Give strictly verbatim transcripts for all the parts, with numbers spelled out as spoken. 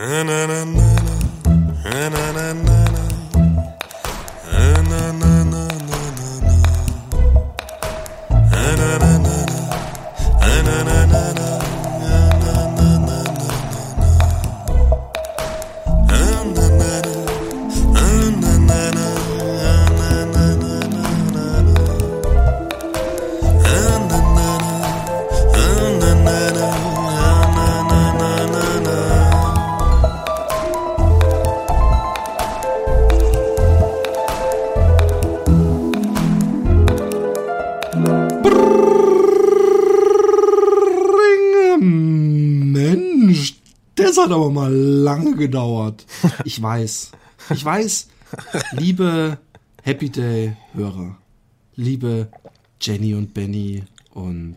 Das hat aber mal lange gedauert. Ich weiß. Ich weiß, liebe Happy Day-Hörer, liebe Jenny und Benny und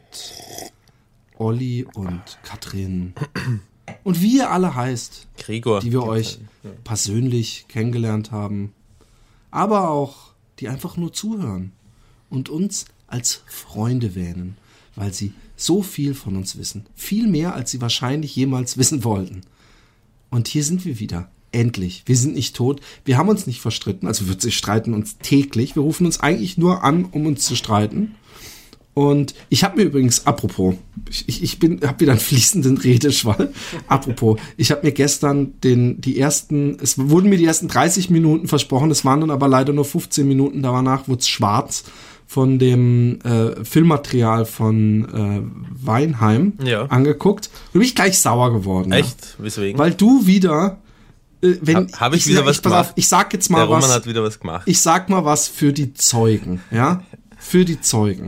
Olli und Katrin und wie ihr alle heißt, Gregor, die wir euch persönlich kennengelernt haben, aber auch die einfach nur zuhören und uns als Freunde wähnen, weil sie so viel von uns wissen. Viel mehr, als sie wahrscheinlich jemals wissen wollten. Und hier sind wir wieder. Endlich. Wir sind nicht tot. Wir haben uns nicht verstritten. Also wir streiten uns täglich. Wir rufen uns eigentlich nur an, um uns zu streiten. Und ich habe mir übrigens, apropos, ich, ich bin, habe wieder einen fließenden Redeschwall. Apropos, ich habe mir gestern den, die ersten, es wurden mir die ersten dreißig Minuten versprochen, es waren dann aber leider nur fünfzehn Minuten, danach wurde es schwarz, von dem äh, Filmmaterial von äh, Weinheim ja. angeguckt. Da bin ich gleich sauer geworden. Echt? Ja. Weswegen? Weil du wieder äh, wenn ha, Habe ich, ich wieder ich, was gemacht? Auf, ich sag jetzt mal Der Roman was. hat wieder was gemacht. Ich sag mal was für die Zeugen. Ja? Für die Zeugen.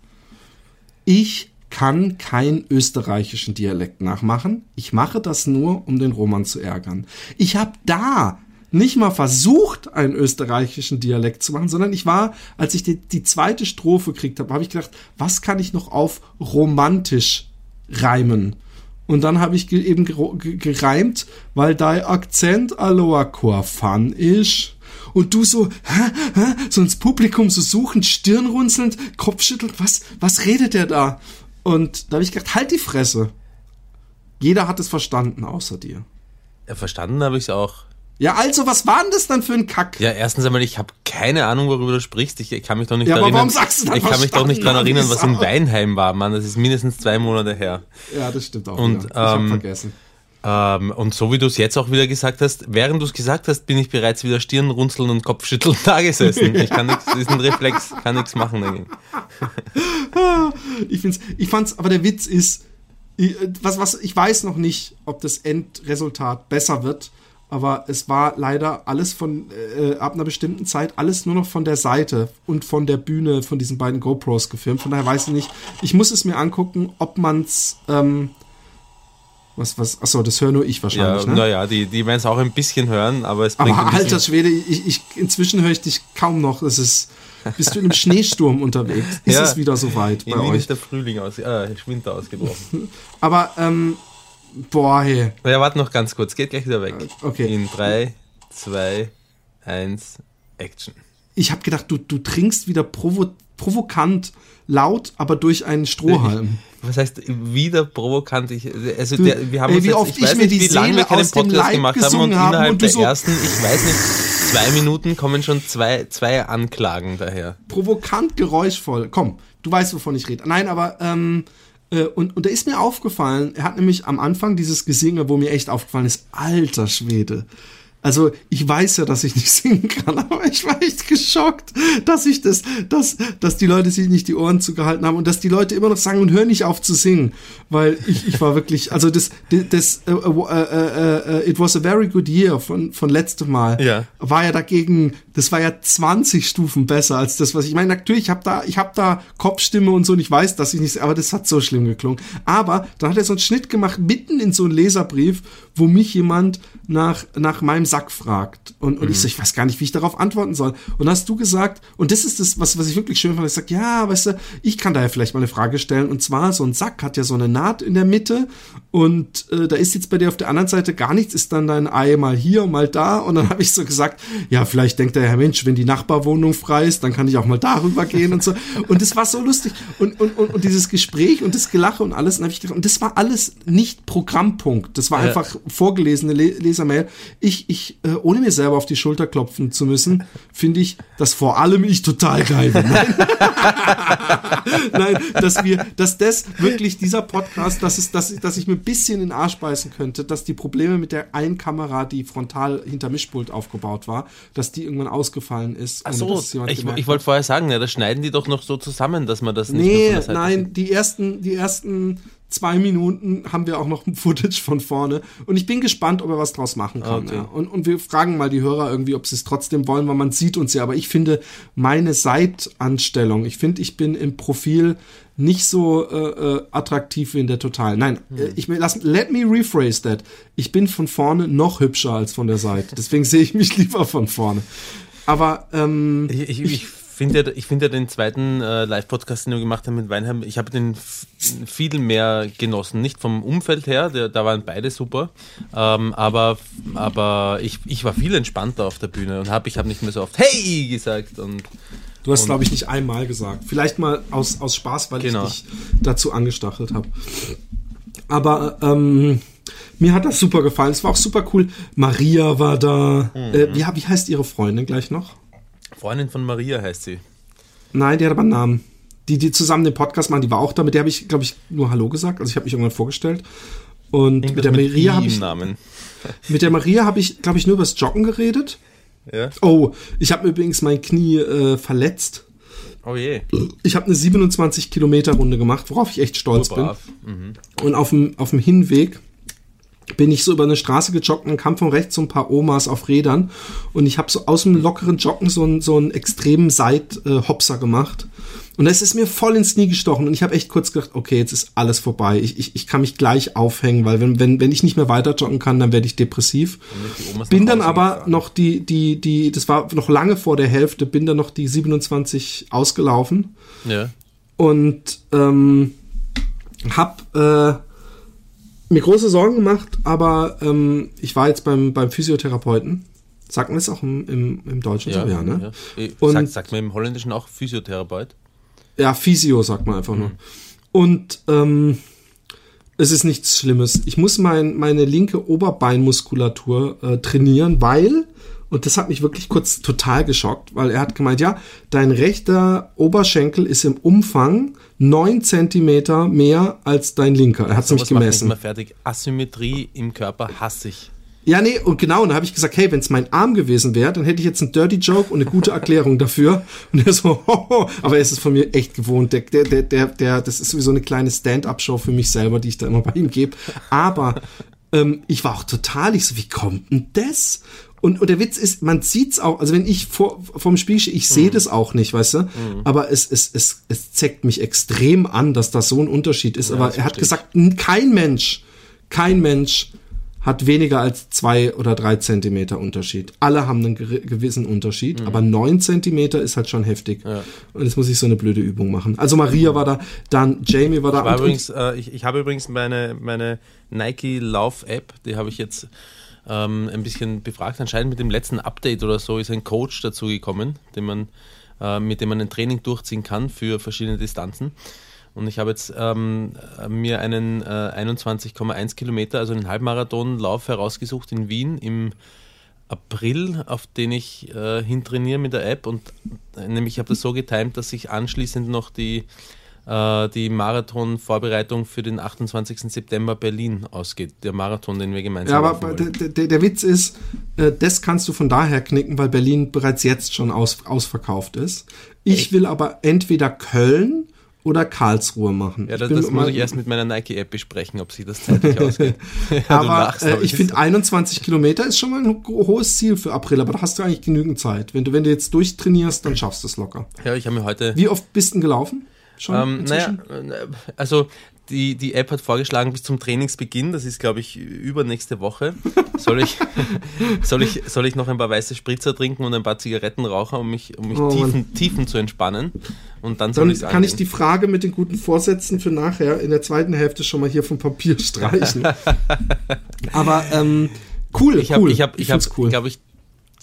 Ich kann keinen österreichischen Dialekt nachmachen. Ich mache das nur, um den Roman zu ärgern. Ich habe da nicht mal versucht, einen österreichischen Dialekt zu machen, sondern ich war, als ich die, die zweite Strophe gekriegt habe, habe ich gedacht, was kann ich noch auf romantisch reimen? Und dann habe ich ge- eben ge- gereimt, weil dein Akzent aloha Korfan ist. Und du so, hä, hä, so ins Publikum so suchend, stirnrunzelnd, Kopfschüttelnd, was, was redet der da? Und da habe ich gedacht, halt die Fresse. Jeder hat es verstanden, außer dir. Ja, verstanden habe ich es auch. Ja, also, was war denn das dann für ein Kack? Ja, erstens einmal, ich habe keine Ahnung, worüber du sprichst. Ich, ich kann mich doch nicht ja, daran aber erinnern. Warum sagst du dann ich kann mich doch nicht daran erinnern, was in Weinheim war, Mann. Das ist mindestens zwei Monate her. Ja, das stimmt auch. Und, ja. Ich habe ähm, vergessen. Ähm, und so wie du es jetzt auch wieder gesagt hast, während du es gesagt hast, bin ich bereits wieder Stirnrunzeln und Kopfschütteln da gesessen. Ich kann nichts, ist ein Reflex, kann nichts machen dagegen. ich find's, ich fand's, aber der Witz ist, ich, was, was, ich weiß noch nicht, ob das Endresultat besser wird. Aber es war leider alles von, äh, ab einer bestimmten Zeit, alles nur noch von der Seite und von der Bühne von diesen beiden GoPros gefilmt. Von daher weiß ich nicht. Ich muss es mir angucken, ob man's, ähm, was, was, achso, das höre nur ich wahrscheinlich, ja, ne? Naja, die, die werden es auch ein bisschen hören, aber es bringt Aber ein alter Schwede, ich, ich, inzwischen höre ich dich kaum noch. Es ist, bist du in einem Schneesturm unterwegs? Ist ja, es wieder soweit bei in Wien euch? ist der Frühling aus, äh, Winter ausgebrochen. Aber, ähm, boah, hey. Ja, warte noch ganz kurz, geht gleich wieder weg. Okay. In drei, zwei, eins, Action. Ich habe gedacht, du, du trinkst wieder provo- provokant laut, aber durch einen Strohhalm. Was heißt wieder provokant? Ich, also du, der, wir haben ey, uns wie jetzt, oft ich weiß ich mir nicht, die wie lange wir Seele keinen aus dem Podcast Leib gemacht haben und haben innerhalb und du der so ersten, ich weiß nicht, zwei Minuten kommen schon zwei, zwei Anklagen daher. Provokant, geräuschvoll. Komm, du weißt, wovon ich rede. Nein, aber ähm, äh, und, und da ist mir aufgefallen, er hat nämlich am Anfang dieses Gesinge, wo mir echt aufgefallen ist, alter Schwede. Also ich weiß ja, dass ich nicht singen kann, aber ich war echt geschockt, dass ich das, dass, dass die Leute sich nicht die Ohren zugehalten haben und dass die Leute immer noch sagen und hören nicht auf zu singen, weil ich, ich war wirklich, also das, das, uh, uh, uh, uh, It Was a Very Good Year von von letztem Mal ja. war ja dagegen, das war ja zwanzig Stufen besser als das, was ich meine. Natürlich, ich habe da, ich habe da Kopfstimme und so und ich weiß, dass ich nicht, aber das hat so schlimm geklungen. Aber dann hat er so einen Schnitt gemacht mitten in so einen Leserbrief, wo mich jemand nach nach meinem Sack fragt. Und, und mhm. ich so, ich weiß gar nicht, wie ich darauf antworten soll. Und dann hast du gesagt, und das ist das, was, was ich wirklich schön fand, ich sag, ja, weißt du, ich kann da ja vielleicht mal eine Frage stellen. Und zwar, so ein Sack hat ja so eine Naht in der Mitte und äh, da ist jetzt bei dir auf der anderen Seite gar nichts, ist dann dein Ei mal hier und mal da. Und dann habe ich so gesagt, ja, vielleicht denkt der ja Mensch, wenn die Nachbarwohnung frei ist, dann kann ich auch mal darüber gehen und so. Und das war so lustig. Und, und, und, und dieses Gespräch und das Gelache und alles. Und, hab ich gedacht, und das war alles nicht Programmpunkt. Das war ja. einfach vorgelesene Le- Lesermail. Ich, ich äh, ohne mir selber auf die Schulter klopfen zu müssen, finde ich, dass vor allem ich total geil bin. Nein, Nein dass wir, dass das wirklich dieser Podcast, dass es, dass, dass ich mir ein bisschen in den Arsch beißen könnte, dass die Probleme mit der einen Kamera, die frontal hinter Mischpult aufgebaut war, dass die irgendwann ausgefallen ist. Ach so, ich, ich wollte vorher sagen, ja, das schneiden die doch noch so zusammen, dass man das nicht nee, nur von der Seite nein, sieht. die ersten, die ersten zwei Minuten haben wir auch noch ein Footage von vorne und ich bin gespannt, ob er was draus machen kann. Okay. Ja. Und, und wir fragen mal die Hörer irgendwie, ob sie es trotzdem wollen, weil man sieht uns ja, aber ich finde meine Seitanstellung, ich finde, ich bin im Profil nicht so äh, attraktiv wie in der Total. Nein, hm. äh, ich lass, let me rephrase that. Ich bin von vorne noch hübscher als von der Seite. Deswegen sehe ich mich lieber von vorne. Aber ähm, ich, ich, ich finde ja, ich finde ja den zweiten äh, Live-Podcast, den wir gemacht haben mit Weinheim, ich habe den f- viel mehr genossen. Nicht vom Umfeld her, der, da waren beide super, ähm, aber, aber ich, ich war viel entspannter auf der Bühne und habe ich habe nicht mehr so oft Hey gesagt und du hast, glaube ich, nicht einmal gesagt. Vielleicht mal aus, aus Spaß, weil genau. ich dich dazu angestachelt habe. Aber ähm, mir hat das super gefallen. Es war auch super cool. Maria war da. Mhm. Äh, wie, wie heißt ihre Freundin gleich noch? Freundin von Maria heißt sie. Nein, die hat aber einen Namen. Die, die zusammen den Podcast machen, die war auch da. Mit der habe ich, glaube ich, nur Hallo gesagt. Also ich habe mich irgendwann vorgestellt. Und Irgendwas mit der mit Maria habe ich, Namen. mit der Maria habe ich, glaube ich, nur über das Joggen geredet. Ja. Oh, ich habe übrigens mein Knie äh, verletzt. Oh je. Ich habe eine siebenundzwanzig Kilometer Runde gemacht, worauf ich echt stolz bin. Mhm. Und auf dem, auf dem Hinweg bin ich so über eine Straße gejoggt und dann kam von rechts so ein paar Omas auf Rädern und ich habe so aus dem lockeren Joggen so einen, so einen extremen Seit-Hopser gemacht. Und das ist mir voll ins Knie gestochen und ich habe echt kurz gedacht, okay, jetzt ist alles vorbei. Ich, ich, ich kann mich gleich aufhängen, weil wenn, wenn, wenn ich nicht mehr weiter joggen kann, dann werde ich depressiv. Bin dann aber gefahren. noch die, die, die, das war noch lange vor der Hälfte, bin dann noch die siebenundzwanzig ausgelaufen. Ja. Und ähm, hab äh, mir große Sorgen gemacht, aber ähm, ich war jetzt beim, beim Physiotherapeuten. Sagt man das auch im, im, im Deutschen ja, so? Ja, ne? Ja. Und, sagt, sagt man im Holländischen auch Physiotherapeut? Ja, Physio sagt man einfach nur. Mhm. Und ähm, es ist nichts Schlimmes. Ich muss mein, meine linke Oberbeinmuskulatur äh, trainieren, weil, und das hat mich wirklich kurz total geschockt, weil er hat gemeint, ja, dein rechter Oberschenkel ist im Umfang neun Zentimeter mehr als dein linker. Er hat es nämlich gemessen. Macht nicht mehr fertig. Asymmetrie im Körper hasse ich. Ja, nee, und genau, und dann habe ich gesagt, hey, wenn es mein Arm gewesen wäre, dann hätte ich jetzt einen Dirty Joke und eine gute Erklärung dafür. Und er so, hoho, aber er ist es von mir echt gewohnt. Der, der, der, der, der, das ist sowieso eine kleine Stand-up-Show für mich selber, die ich da immer bei ihm gebe. Aber ähm, ich war auch total, ich so, wie kommt denn das? Und, und der Witz ist, man sieht's auch, also wenn ich vor, vorm Spiel stehe, ich sehe mhm. das auch nicht, weißt du? Mhm. Aber es, es, es, es zeckt mich extrem an, dass das so ein Unterschied ist. Ja, aber er hat gesagt, kein Mensch, kein Mensch hat weniger als zwei oder drei Zentimeter Unterschied. Alle haben einen ge- gewissen Unterschied, mhm. aber neun Zentimeter ist halt schon heftig. Ja. Und jetzt muss ich so eine blöde Übung machen. Also Maria war da, dann Jamie war da. Ich, war übrigens, äh, ich, ich habe übrigens meine, meine Nike Lauf-App, die habe ich jetzt ähm, ein bisschen befragt. Anscheinend mit dem letzten Update oder so ist ein Coach dazugekommen, den man, äh, mit dem man ein Training durchziehen kann für verschiedene Distanzen. Und ich habe jetzt ähm, mir einen äh, einundzwanzig Komma eins Kilometer, also einen Halbmarathonlauf herausgesucht in Wien im April, auf den ich äh, hintrainiere mit der App. Und äh, nämlich ich habe das so getimt, dass ich anschließend noch die, äh, die Marathon-Vorbereitung für den achtundzwanzigsten September Berlin ausgeht. Der Marathon, den wir gemeinsam Ja, aber der, der, der Witz ist, äh, das kannst du von daher knicken, weil Berlin bereits jetzt schon aus, ausverkauft ist. Ich Echt? will aber entweder Köln oder Karlsruhe machen. Ja, das, das muss ich erst mit meiner Nike-App besprechen, ob sich das zeitlich ausgeht. Ja, aber lachst, äh, ich finde einundzwanzig Kilometer ist schon mal ein hohes Ziel für April, aber da hast du eigentlich genügend Zeit. Wenn du, wenn du jetzt durchtrainierst, dann schaffst du es locker. Ja, ich habe mir heute... Wie oft bist du gelaufen? Schon ähm, naja, also die, die App hat vorgeschlagen bis zum Trainingsbeginn, das ist, glaube ich, übernächste Woche. Soll ich, soll ich, soll ich noch ein paar weiße Spritzer trinken und ein paar Zigaretten rauchen, um mich, um mich oh, tiefen, tiefen zu entspannen? Und dann soll dann kann angehen. Ich die Frage mit den guten Vorsätzen für nachher in der zweiten Hälfte schon mal hier vom Papier streichen. Aber ähm, cool, ich hab, cool. Ich habe, ich habe, cool. glaube ich,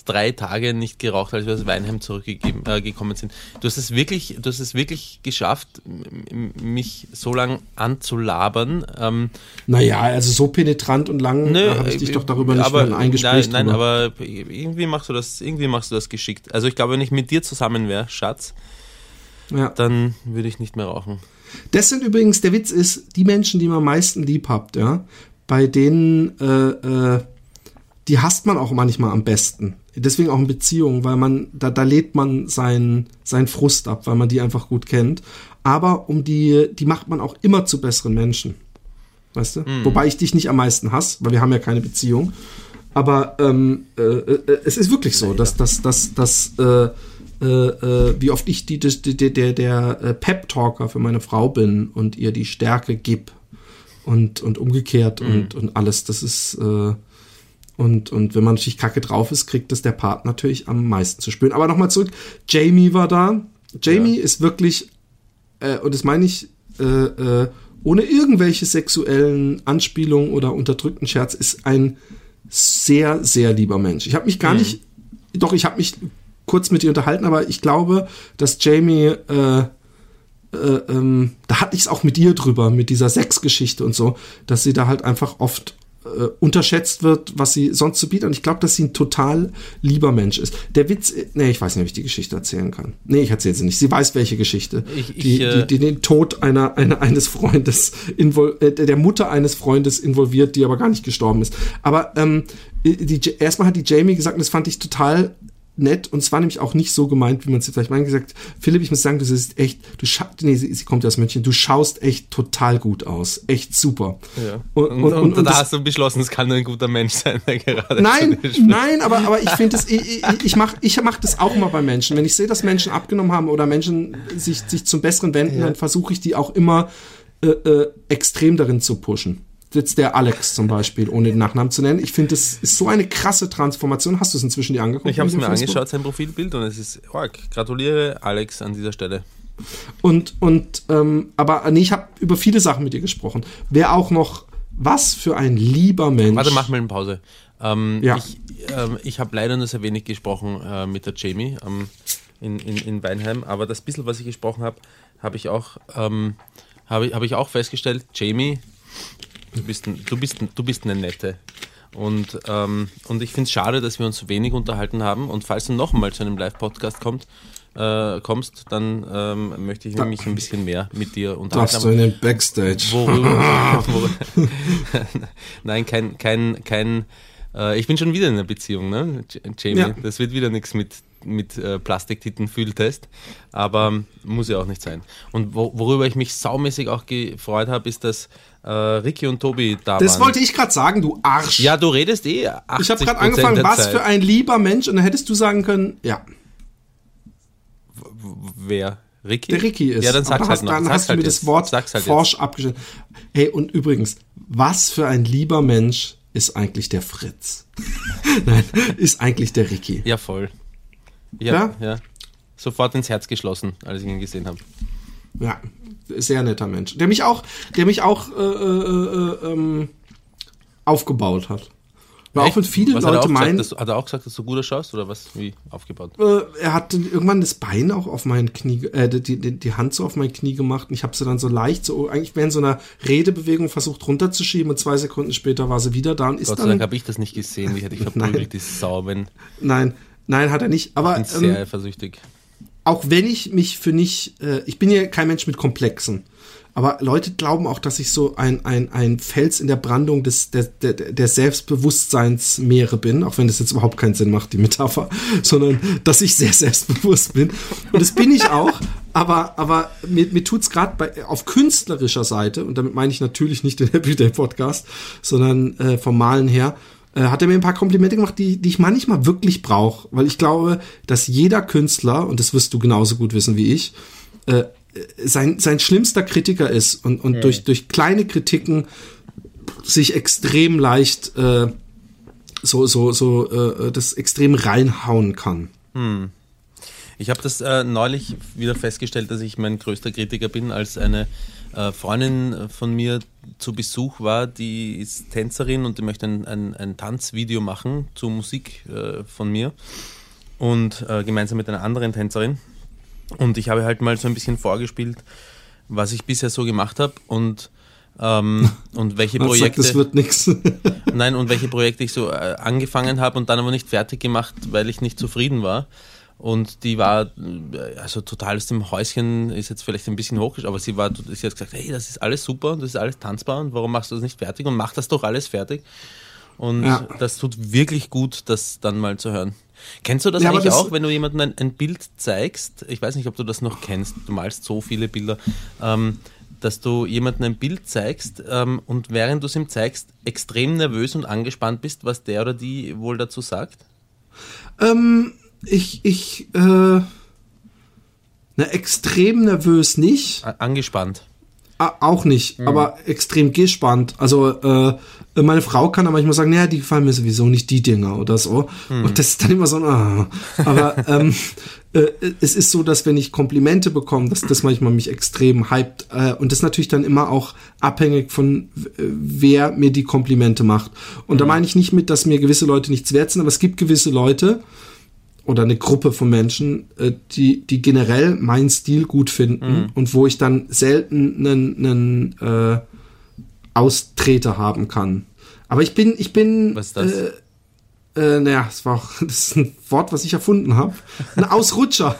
drei Tage nicht geraucht, als wir aus Weinheim zurückgekommen äh, gekommen sind. Du hast es wirklich, du hast es wirklich geschafft, m- mich so lang anzulabern. Ähm, naja, also so penetrant und lang nö, habe ich dich doch darüber nicht aber, mehr in ein Gespräch Nein, nein, drüber. aber irgendwie machst du das, irgendwie machst du das geschickt. Also ich glaube, wenn ich mit dir zusammen wäre, Schatz, ja. dann würde ich nicht mehr rauchen. Das sind übrigens, der Witz ist, die Menschen, die man am meisten lieb habt, ja, bei denen, äh, äh, die hasst man auch manchmal am besten. Deswegen auch in Beziehungen, weil man, da, da lädt man seinen, seinen Frust ab, weil man die einfach gut kennt. Aber um die, die macht man auch immer zu besseren Menschen. Weißt du? Mhm. Wobei ich dich nicht am meisten hasse, weil wir haben ja keine Beziehung. Aber ähm, äh, äh, es ist wirklich so, dass, dass, dass, dass äh, äh, äh, wie oft ich die, die, die, der, der äh, Pep-Talker für meine Frau bin und ihr die Stärke gib und, und umgekehrt mhm. und, und alles. Das ist äh, und, und wenn man natürlich kacke drauf ist, kriegt das der Part natürlich am meisten zu spüren. Aber nochmal zurück, Jamie war da. Jamie ja. ist wirklich, äh, und das meine ich, äh, äh, ohne irgendwelche sexuellen Anspielungen oder unterdrückten Scherz, ist ein sehr, sehr lieber Mensch. Ich habe mich gar mhm. nicht, doch, ich habe mich kurz mit ihr unterhalten, aber ich glaube, dass Jamie, äh, äh, ähm, da hatte ich es auch mit ihr drüber, mit dieser Sexgeschichte und so, dass sie da halt einfach oft äh, unterschätzt wird, was sie sonst so bietet. Und ich glaube, dass sie ein total lieber Mensch ist. Der Witz, nee, ich weiß nicht, ob ich die Geschichte erzählen kann. Nee, ich erzähle sie nicht. Sie weiß, welche Geschichte. Ich, ich, die, äh, die, die den Tod einer, einer eines Freundes, invol- äh, der Mutter eines Freundes involviert, die aber gar nicht gestorben ist. Aber ähm, die, erstmal hat die Jamie gesagt, und das fand ich total nett, und es war nämlich auch nicht so gemeint, wie man es vielleicht meint, gesagt, Philipp, ich muss sagen, du siehst echt, du scha- nee, sie, sie kommt ja aus München, du schaust echt total gut aus, echt super. Ja. Und, und, und, und, und, und da das, hast du beschlossen, es kann nur ein guter Mensch sein, der gerade nein, nein, aber, aber ich finde es, ich, ich, ich mache ich mach das auch mal bei Menschen. Wenn ich sehe, dass Menschen abgenommen haben oder Menschen sich, sich zum Besseren wenden, ja. dann versuche ich die auch immer äh, äh, extrem darin zu pushen. Jetzt der Alex zum Beispiel, ohne den Nachnamen zu nennen. Ich finde, das ist so eine krasse Transformation. Hast du es inzwischen dir angeguckt? Ich habe es mir Facebook? angeschaut, sein Profilbild, und es ist arg. Gratuliere, Alex, an dieser Stelle. Und, und ähm, aber nee, ich habe über viele Sachen mit dir gesprochen. Wer auch noch, was für ein lieber Mensch. Warte, mach mal eine Pause. Ähm, ja. Ich, ähm, ich habe leider nur sehr wenig gesprochen äh, mit der Jamie ähm, in, in, in Weinheim, aber das bisschen, was ich gesprochen habe, habe ich, auch, ähm, hab ich, hab ich auch festgestellt, Jamie, Du bist, du, bist, du bist eine Nette. Und, ähm, und ich finde es schade, dass wir uns so wenig unterhalten haben. Und falls du nochmal zu einem Live-Podcast kommt, äh, kommst, dann ähm, möchte ich mich ein bisschen mehr mit dir unterhalten. Darfst du in den Backstage? Worüber? worüber Nein, kein, kein, kein äh, ich bin schon wieder in einer Beziehung, ne, Jamie? Ja. Das wird wieder nichts mit mit äh, Plastiktitten-Fühltest, aber muss ja auch nicht sein. Und wo, worüber ich mich saumäßig auch gefreut habe, ist, dass äh, Ricky und Tobi da das waren. Das wollte ich gerade sagen, du Arsch. Ja, du redest eh achtzig Prozent. Ich habe gerade angefangen, was Zeit. Für ein lieber Mensch, und dann hättest du sagen können, ja. W- wer? Ricky? Der Ricky ist. Ja, dann sag's halt noch. Dann sag's hast halt du mir jetzt. das Wort halt forsch abgestellt. Hey, und übrigens, was für ein lieber Mensch ist eigentlich der Fritz? Nein, ist eigentlich der Ricky. Ja, voll. Ich ja? hab, ja? Sofort ins Herz geschlossen, als ich ihn gesehen habe. Ja, sehr netter Mensch. Der mich auch, der mich auch äh, äh, äh, aufgebaut hat. Weil auch wenn viele was Leute hat er meinen. Gesagt, dass, hat er auch gesagt, dass du gut ausschaust, oder was? Wie aufgebaut? Äh, er hat irgendwann das Bein auch auf mein Knie, äh, die, die, die Hand so auf mein Knie gemacht, und ich habe sie dann so leicht, so eigentlich während so einer Redebewegung versucht runterzuschieben, und zwei Sekunden später war sie wieder da und ist Gott dann. Gott sei Dank habe ich das nicht gesehen, ich hätte ich verprügelt, die Sau, wenn. Nein, nein, hat er nicht. Aber ich bin sehr ähm, eifersüchtig. Auch wenn ich mich für nicht, äh, ich bin ja kein Mensch mit Komplexen. Aber Leute glauben auch, dass ich so ein, ein, ein Fels in der Brandung des, der, der, der Selbstbewusstseinsmeere bin, auch wenn das jetzt überhaupt keinen Sinn macht, die Metapher, sondern dass ich sehr selbstbewusst bin. Und das bin ich auch, aber, aber mir, mir tut's gerade auf künstlerischer Seite, und damit meine ich natürlich nicht den Everyday Podcast, sondern äh, vom Malen her, äh, hat er mir ein paar Komplimente gemacht, die, die ich manchmal wirklich brauche. Weil ich glaube, dass jeder Künstler, und das wirst du genauso gut wissen wie ich, äh, sein, sein schlimmster Kritiker ist und, und ja. durch, durch kleine Kritiken sich extrem leicht äh, so, so, so äh, das extrem reinhauen kann. Hm. Ich habe das äh, neulich wieder festgestellt, dass ich mein größter Kritiker bin, als eine äh, Freundin von mir zu Besuch war, die ist Tänzerin und die möchte ein, ein, ein Tanzvideo machen zur Musik äh, von mir und äh, gemeinsam mit einer anderen Tänzerin. Und ich habe halt mal so ein bisschen vorgespielt, was ich bisher so gemacht habe und ähm, und welche Man Projekte sagt, das wird nix. Nein, und welche Projekte ich so äh, angefangen habe und dann aber nicht fertig gemacht, weil ich nicht zufrieden war. Und die war äh, also total aus dem Häuschen, ist jetzt vielleicht ein bisschen hochgesch, aber sie war, sie hat gesagt, hey, das ist alles super, das ist alles tanzbar und warum machst du das nicht fertig und mach das doch alles fertig. Und Ja. das tut wirklich gut, das dann mal zu hören. Kennst du das Ja, aber eigentlich das- auch, wenn du jemandem ein, ein Bild zeigst? Ich weiß nicht, ob du das noch kennst, du malst so viele Bilder, ähm, dass du jemandem ein Bild zeigst ähm, und während du es ihm zeigst, extrem nervös und angespannt bist, was der oder die wohl dazu sagt? Ähm, ich, ich, äh, na, extrem nervös nicht. A- Angespannt. Ah, auch nicht, Mhm. aber extrem gespannt. Also äh, meine Frau kann dann manchmal sagen, naja, die gefallen mir sowieso nicht, die Dinger oder so. Mhm. Und das ist dann immer so, ah. Aber ähm, äh, es ist so, dass wenn ich Komplimente bekomme, dass das manchmal mich extrem hypt. Äh, und das ist natürlich dann immer auch abhängig von, äh, wer mir die Komplimente macht. Und da meine ich nicht mit, dass mir gewisse Leute nichts wert sind, aber es gibt gewisse Leute, oder eine Gruppe von Menschen, äh, die, die generell meinen Stil gut finden Mhm. und wo ich dann selten einen, einen äh, Austreter haben kann. Aber ich bin, ich bin, Was ist das? Äh, äh, naja, das war auch, das ist ein Wort, was ich erfunden habe. Ein Ausrutscher.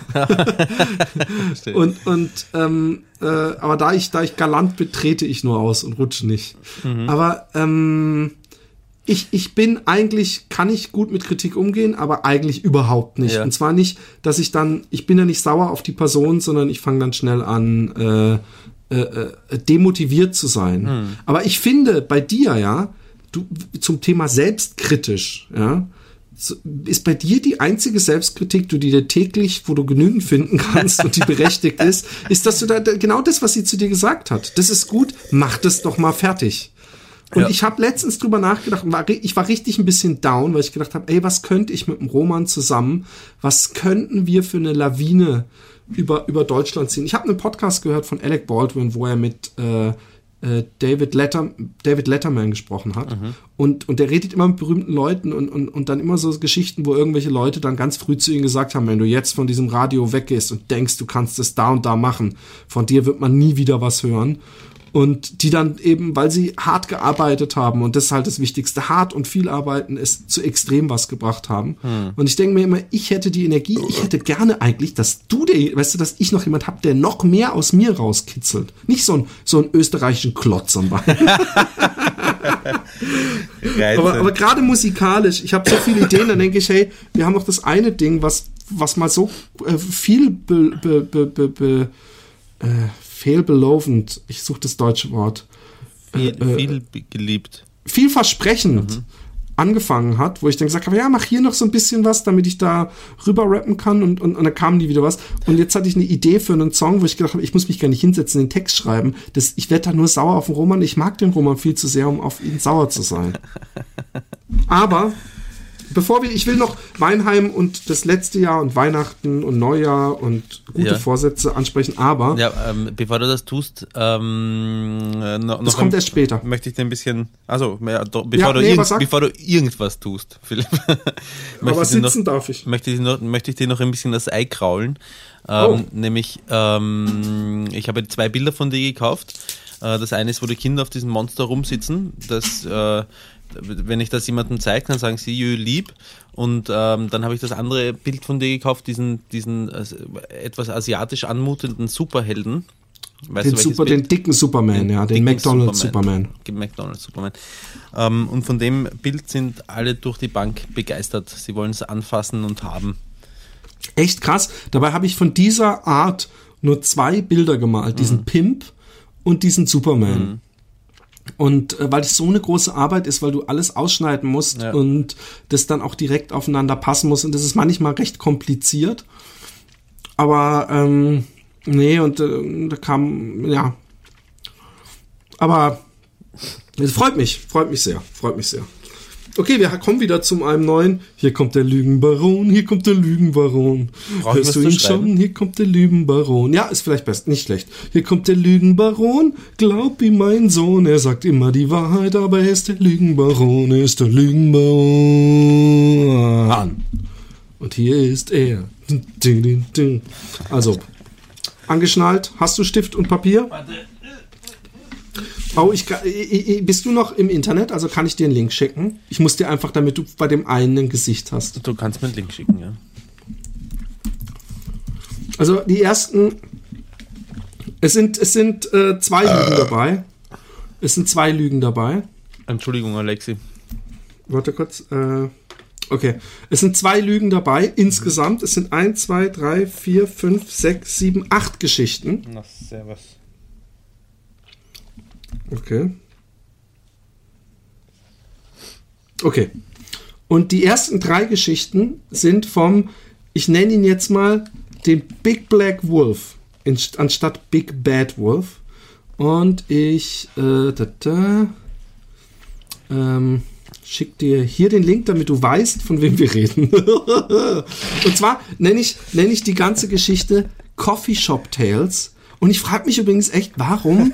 Verstehe. und und ähm, äh, aber da ich, da ich galant bin, trete ich nur aus und rutsche nicht. Mhm. Aber ähm, Ich, ich bin eigentlich, kann ich gut mit Kritik umgehen, aber eigentlich überhaupt nicht. Ja. Und zwar nicht, dass ich dann, ich bin ja nicht sauer auf die Person, sondern ich fange dann schnell an, äh, äh, äh, demotiviert zu sein. Hm. Aber ich finde, bei dir, ja, du, zum Thema selbstkritisch, ja, so, ist bei dir die einzige Selbstkritik, du die dir täglich, wo du genügend finden kannst und die berechtigt ist, ist, dass du da, da genau das, was sie zu dir gesagt hat. Das ist gut, mach das doch mal fertig. Und Ja. ich habe letztens drüber nachgedacht, war, ri- ich war richtig ein bisschen down, weil ich gedacht habe, ey, was könnte ich mit dem Roman zusammen, was könnten wir für eine Lawine über, über Deutschland ziehen? Ich habe einen Podcast gehört von Alec Baldwin, wo er mit äh, äh, David, Letter, David Letterman gesprochen hat. Mhm. Und, und der redet immer mit berühmten Leuten und, und, und dann immer so Geschichten, wo irgendwelche Leute dann ganz früh zu ihm gesagt haben, wenn du jetzt von diesem Radio weggehst und denkst, du kannst es da und da machen, von dir wird man nie wieder was hören. Und die dann eben, weil sie hart gearbeitet haben, und das ist halt das Wichtigste, hart und viel arbeiten, es zu extrem was gebracht haben. Hm. Und ich denke mir immer, ich hätte die Energie, ich hätte gerne eigentlich, dass du, der, weißt du, dass ich noch jemand hab, der noch mehr aus mir rauskitzelt. Nicht so ein, so ein österreichischen Klotz am Bein. aber aber gerade musikalisch, ich habe so viele Ideen, dann denke ich, hey, wir haben doch das eine Ding, was, was mal so äh, viel be, be, be, be, be, äh, fehlbelovend, ich suche das deutsche Wort, Viel, äh, viel geliebt. vielversprechend Mhm. angefangen hat, wo ich dann gesagt habe, ja, mach hier noch so ein bisschen was, damit ich da rüber rappen kann und, und, und dann kam nie wieder was. Und jetzt hatte ich eine Idee für einen Song, wo ich gedacht habe, ich muss mich gar nicht hinsetzen, den Text schreiben. Das, ich werde da nur sauer auf den Roman. Ich mag den Roman viel zu sehr, um auf ihn sauer zu sein. Aber bevor wir, ich will noch Weinheim und das letzte Jahr und Weihnachten und Neujahr und gute Ja. Vorsätze ansprechen, aber Ja, ähm, bevor du das tust, ähm, äh, noch, das noch kommt ein- erst später. möchte ich dir ein bisschen, also ja, doch, bevor, Ja, du nee, irgend, was sag- bevor du irgendwas tust, Philipp, möchte, Aber ich dir noch, sitzen darf ich. möchte, ich noch, möchte ich dir noch ein bisschen das Ei kraulen. Ähm, Oh. Nämlich, ähm, ich habe zwei Bilder von dir gekauft. Äh, das eine ist, wo die Kinder auf diesem Monster rumsitzen. Das, äh, wenn ich das jemandem zeige, dann sagen sie, you lieb. Und ähm, dann habe ich das andere Bild von dir gekauft, diesen, diesen äh, etwas asiatisch anmutenden Superhelden. Weißt Den, du, welches super, Bild? den dicken Superman, ja, den dicken McDonald's Superman. McDonald's Superman. Ähm, und von dem Bild sind alle durch die Bank begeistert. Sie wollen es anfassen und haben. Echt krass. Dabei habe ich von dieser Art nur zwei Bilder gemalt. Diesen Mhm. Pimp und diesen Superman. Und äh, weil es so eine große Arbeit ist, weil du alles ausschneiden musst Ja. und das dann auch direkt aufeinander passen muss. Und das ist manchmal recht kompliziert. Aber ähm, nee, und äh, da kam, ja. Aber es freut mich, freut mich sehr, freut mich sehr. Okay, wir kommen wieder zu einem neuen. Hier kommt der Lügenbaron, hier kommt der Lügenbaron. Brauch ich Hörst du was ihn zu schreiben? schon? Hier kommt der Lügenbaron. Ja, ist vielleicht best, nicht schlecht. Hier kommt der Lügenbaron. Glaub ihm, mein Sohn. Er sagt immer die Wahrheit, aber er ist der Lügenbaron. Er ist der Lügenbaron. Und hier ist er. Also, angeschnallt. Hast du Stift und Papier? Warte. Oh, ich, ich, bist du noch im Internet? Also kann ich dir einen Link schicken? Ich muss dir einfach, damit du bei dem einen ein Gesicht hast. Du kannst mir einen Link schicken, ja. Also die ersten, es sind, es sind äh, zwei Lügen dabei. Es sind zwei Lügen dabei. Entschuldigung, Alexi. Warte kurz. Äh, okay. Es sind zwei Lügen dabei insgesamt. Es sind eins, zwei, drei, vier, fünf, sechs, sieben, acht Geschichten. Na, servus. Okay. Okay. Und die ersten drei Geschichten sind vom, ich nenne ihn jetzt mal, den Big Black Wolf, in, anstatt Big Bad Wolf. Und ich äh, da, da, ähm, schick dir hier den Link, damit du weißt, von wem wir reden. Und zwar nenne ich, nenne ich die ganze Geschichte Coffee Shop Tales. Und ich frage mich übrigens echt, warum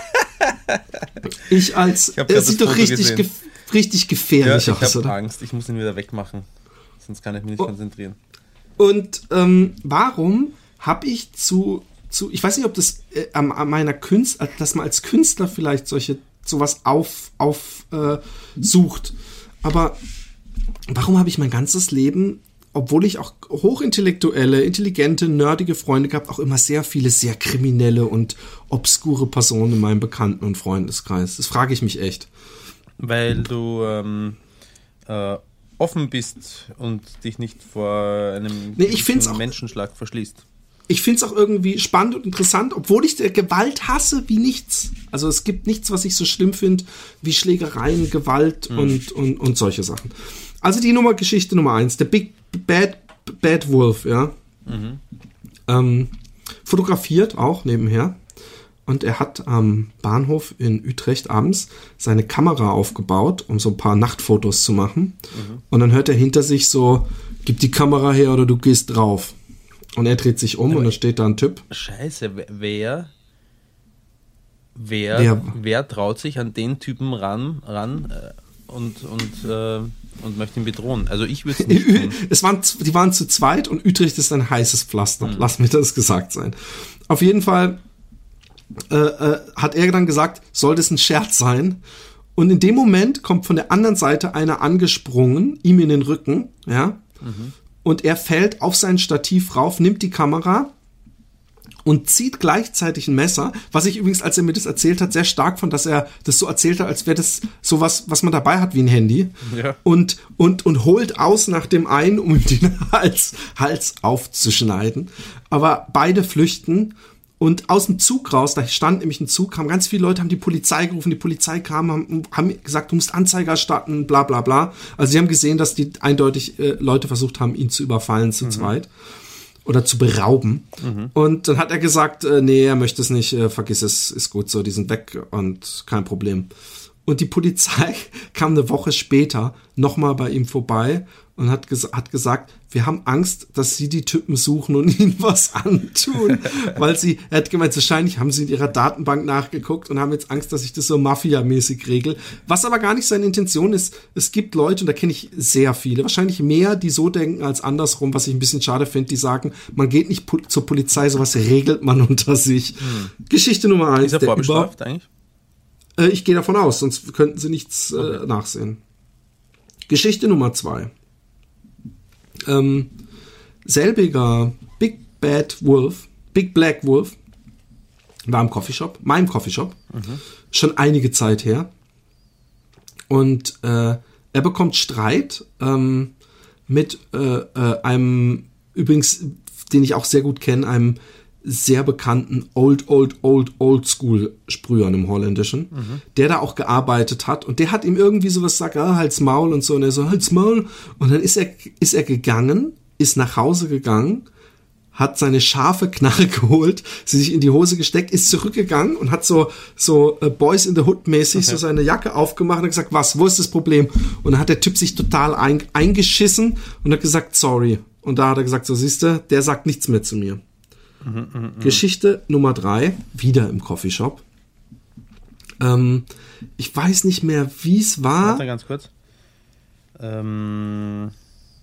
ich als, ich es sieht doch richtig, ge, richtig gefährlich ja, aus, ich habe oder? Angst, ich muss ihn wieder wegmachen, sonst kann ich mich nicht oh. konzentrieren. Und ähm, warum habe ich zu, zu, ich weiß nicht, ob das äh, an, an meiner Künstler, dass man als Künstler vielleicht solche sowas auf, auf äh, sucht, aber warum habe ich mein ganzes Leben, obwohl ich auch hochintellektuelle, intelligente, nerdige Freunde gehabt, auch immer sehr viele sehr kriminelle und obskure Personen in meinem Bekannten- und Freundeskreis. Das frage ich mich echt. Weil du ähm, äh, offen bist und dich nicht vor einem nee, ich find's auch, Menschenschlag verschließt. Ich finde es auch irgendwie spannend und interessant, obwohl ich der Gewalt hasse wie nichts. Also es gibt nichts, was ich so schlimm finde wie Schlägereien, Gewalt mhm. und, und, und solche Sachen. Also die Nummer, Geschichte Nummer eins, der Big Bad, Bad Wolf, ja. Mhm. Ähm, fotografiert auch nebenher. Und er hat am Bahnhof in Utrecht abends seine Kamera aufgebaut, um so ein paar Nachtfotos zu machen. Mhm. Und dann hört er hinter sich so, gib die Kamera her oder du gehst drauf. Und er dreht sich um. Aber und da steht da ein Typ. Scheiße, wer, wer, wer, wer traut sich an den Typen ran, ran äh, und, und, äh, und möchte ihn bedrohen? Also ich würde es nicht tun. Es waren, die waren zu zweit und Utrecht ist ein heißes Pflaster. Mhm. Lass mir das gesagt sein. Auf jeden Fall äh, äh, hat er dann gesagt, soll das ein Scherz sein? Und in dem Moment kommt von der anderen Seite einer angesprungen, ihm in den Rücken, ja. Mhm. Und er fällt auf sein Stativ rauf, nimmt die Kamera und zieht gleichzeitig ein Messer, was ich übrigens, als er mir das erzählt hat, sehr stark fand, dass er das so erzählt hat, als wäre das sowas, was man dabei hat wie ein Handy. Ja. Und, und, und holt aus nach dem einen, um ihm den Hals, Hals aufzuschneiden. Aber beide flüchten. Und aus dem Zug raus, da stand nämlich ein Zug, kamen ganz viele Leute, haben die Polizei gerufen, die Polizei kam, haben, haben gesagt, du musst Anzeige erstatten, bla bla bla. Also sie haben gesehen, dass die eindeutig äh, Leute versucht haben, ihn zu überfallen zu mhm. zweit oder zu berauben. Mhm. Und dann hat er gesagt, äh, nee, er möchte es nicht, äh, vergiss es, ist gut so, die sind weg und kein Problem. Und die Polizei kam eine Woche später nochmal bei ihm vorbei und hat, ges- hat gesagt, wir haben Angst, dass sie die Typen suchen und ihnen was antun. Weil sie, er hat gemeint, wahrscheinlich haben sie in ihrer Datenbank nachgeguckt und haben jetzt Angst, dass ich das so Mafia-mäßig regel. Was aber gar nicht seine Intention ist. Es gibt Leute, und da kenne ich sehr viele, wahrscheinlich mehr, die so denken als andersrum, was ich ein bisschen schade finde, die sagen, man geht nicht pu- zur Polizei, sowas regelt man unter sich. Hm. Geschichte Nummer eins. Ist er vorbestraft über- eigentlich? Äh, ich gehe davon aus, sonst könnten sie nichts okay. äh, nachsehen. Geschichte Nummer zwei. Ähm, selbiger Big Bad Wolf, Big Black Wolf, war im Coffeeshop, meinem Coffeeshop, mhm. schon einige Zeit her. Und äh, er bekommt Streit ähm, mit äh, äh, einem, übrigens, den ich auch sehr gut kenne, einem sehr bekannten Old, Old, Old, Old School Sprüher im Holländischen, mhm. der da auch gearbeitet hat und der hat ihm irgendwie sowas gesagt, ah, halt's Maul und so, und er so, halt's Maul, und dann ist er, ist er gegangen, ist nach Hause gegangen hat seine scharfe Knarre geholt, sie sich in die Hose gesteckt, ist zurückgegangen und hat so so äh, Boys in the Hood mäßig okay. so seine Jacke aufgemacht und hat gesagt, was, wo ist das Problem? Und dann hat der Typ sich total ein, eingeschissen und hat gesagt, sorry. Und da hat er gesagt, so siehste, der sagt nichts mehr zu mir. Mhm, mh, mh. Geschichte Nummer drei, wieder im Coffeeshop. Ähm, ich weiß nicht mehr, wie es war. Warte ganz kurz. Ähm...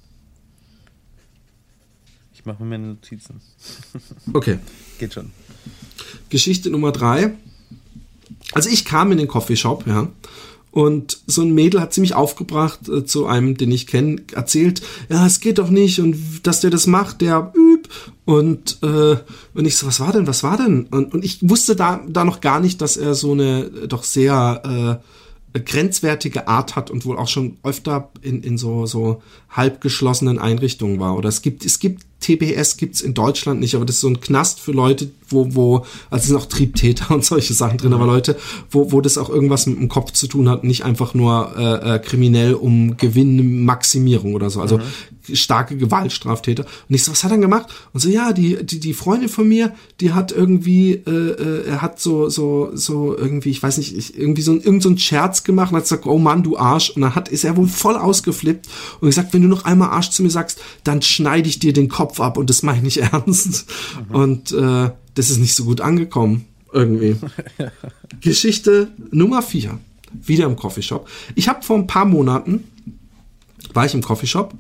Ich mache mir meine Notizen. Okay. Geht schon. Geschichte Nummer drei. Also ich kam in den Coffeeshop, ja, und so ein Mädel hat ziemlich aufgebracht äh, zu einem, den ich kenne, erzählt, ja, es geht doch nicht und dass der das macht, der üb. Und, äh, und ich so, was war denn, was war denn? Und, und ich wusste da, da noch gar nicht, dass er so eine äh, doch sehr äh, grenzwertige Art hat und wohl auch schon öfter in, in so, so halbgeschlossenen Einrichtungen war. Oder es gibt, es gibt T B S gibt's in Deutschland nicht, aber das ist so ein Knast für Leute, wo, wo, also es sind auch Triebtäter und solche Sachen drin, mhm. aber Leute, wo, wo das auch irgendwas mit dem Kopf zu tun hat, nicht einfach nur äh, äh, kriminell um Gewinnmaximierung oder so, also mhm. starke Gewaltstraftäter. Und ich so, was hat er denn gemacht? Und so, ja, die, die, die Freundin von mir, die hat irgendwie, äh, äh, er hat so, so, so irgendwie, ich weiß nicht, ich, irgendwie so, irgend so einen Scherz gemacht und hat gesagt, oh Mann, du Arsch. Und dann hat, ist er wohl voll ausgeflippt und gesagt, wenn du noch einmal Arsch zu mir sagst, dann schneide ich dir den Kopf ab und das meine ich nicht ernst. Mhm. Und äh, das ist nicht so gut angekommen, irgendwie. Geschichte Nummer vier. Wieder im Coffeeshop. Ich habe vor ein paar Monaten, war ich im Coffeeshop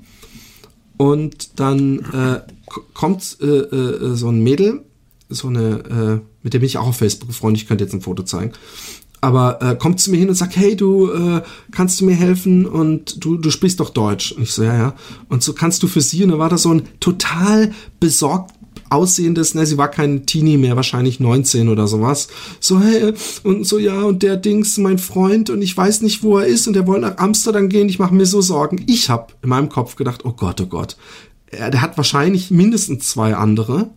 und dann äh, kommt äh, äh, so ein Mädel, so eine, äh, mit der bin ich auch auf Facebook befreundet, ich könnte jetzt ein Foto zeigen. Aber äh, kommt zu mir hin und sagt, hey, du, äh, kannst du mir helfen? Und du du sprichst doch Deutsch. Und ich so, ja, ja. Und so kannst du für sie. Und da war da so ein total besorgt aussehendes, ne, sie war kein Teenie mehr, wahrscheinlich neunzehn oder sowas. So, hey, und so, ja, und der Dings, mein Freund, und ich weiß nicht, wo er ist, und der wollte nach Amsterdam gehen, ich mache mir so Sorgen. Ich habe in meinem Kopf gedacht, oh Gott, oh Gott. Er, der hat wahrscheinlich mindestens zwei andere.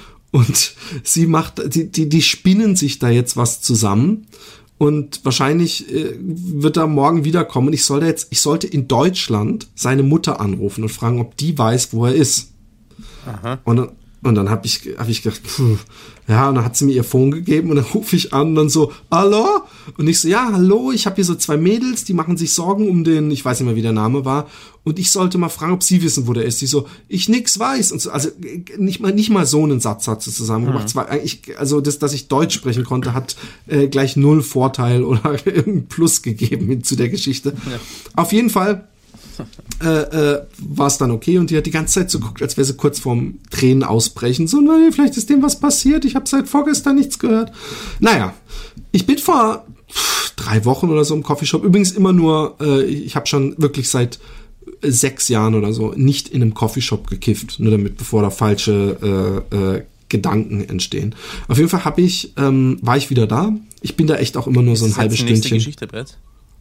Und sie macht, die, die, die spinnen sich da jetzt was zusammen. Und wahrscheinlich äh, wird er morgen wiederkommen. Und ich sollte jetzt, ich sollte in Deutschland seine Mutter anrufen und fragen, ob die weiß, wo er ist. Aha. Und dann, und dann habe ich, hab ich gedacht, pfuh, ja, und dann hat sie mir ihr Phone gegeben und dann rufe ich an und dann so, hallo? Und ich so, ja, hallo, ich habe hier so zwei Mädels, die machen sich Sorgen um den, ich weiß nicht mehr, wie der Name war. Und ich sollte mal fragen, ob sie wissen, wo der ist. Die so, ich nix weiß. Und so, also nicht mal, nicht mal so einen Satz hat sie zusammen gemacht. Mhm. Zwar eigentlich, also das, dass ich Deutsch sprechen konnte, hat äh, gleich null Vorteil oder ein Plus gegeben zu der Geschichte. Ja. Auf jeden Fall äh, äh, war es dann okay und die hat die ganze Zeit so geguckt, als wäre sie kurz vorm Tränen ausbrechen. So, nein, vielleicht ist dem was passiert. Ich habe seit vorgestern nichts gehört. Naja, ich bin vor pff, drei Wochen oder so im Coffeeshop. Übrigens immer nur, äh, ich habe schon wirklich seit sechs Jahren oder so nicht in einem Coffeeshop gekifft, nur damit, bevor da falsche äh, äh, Gedanken entstehen. Auf jeden Fall habe ich, ähm, war ich wieder da. Ich bin da echt auch immer nur so ein halbes Stündchen. Ist das die nächste Geschichte, Brett?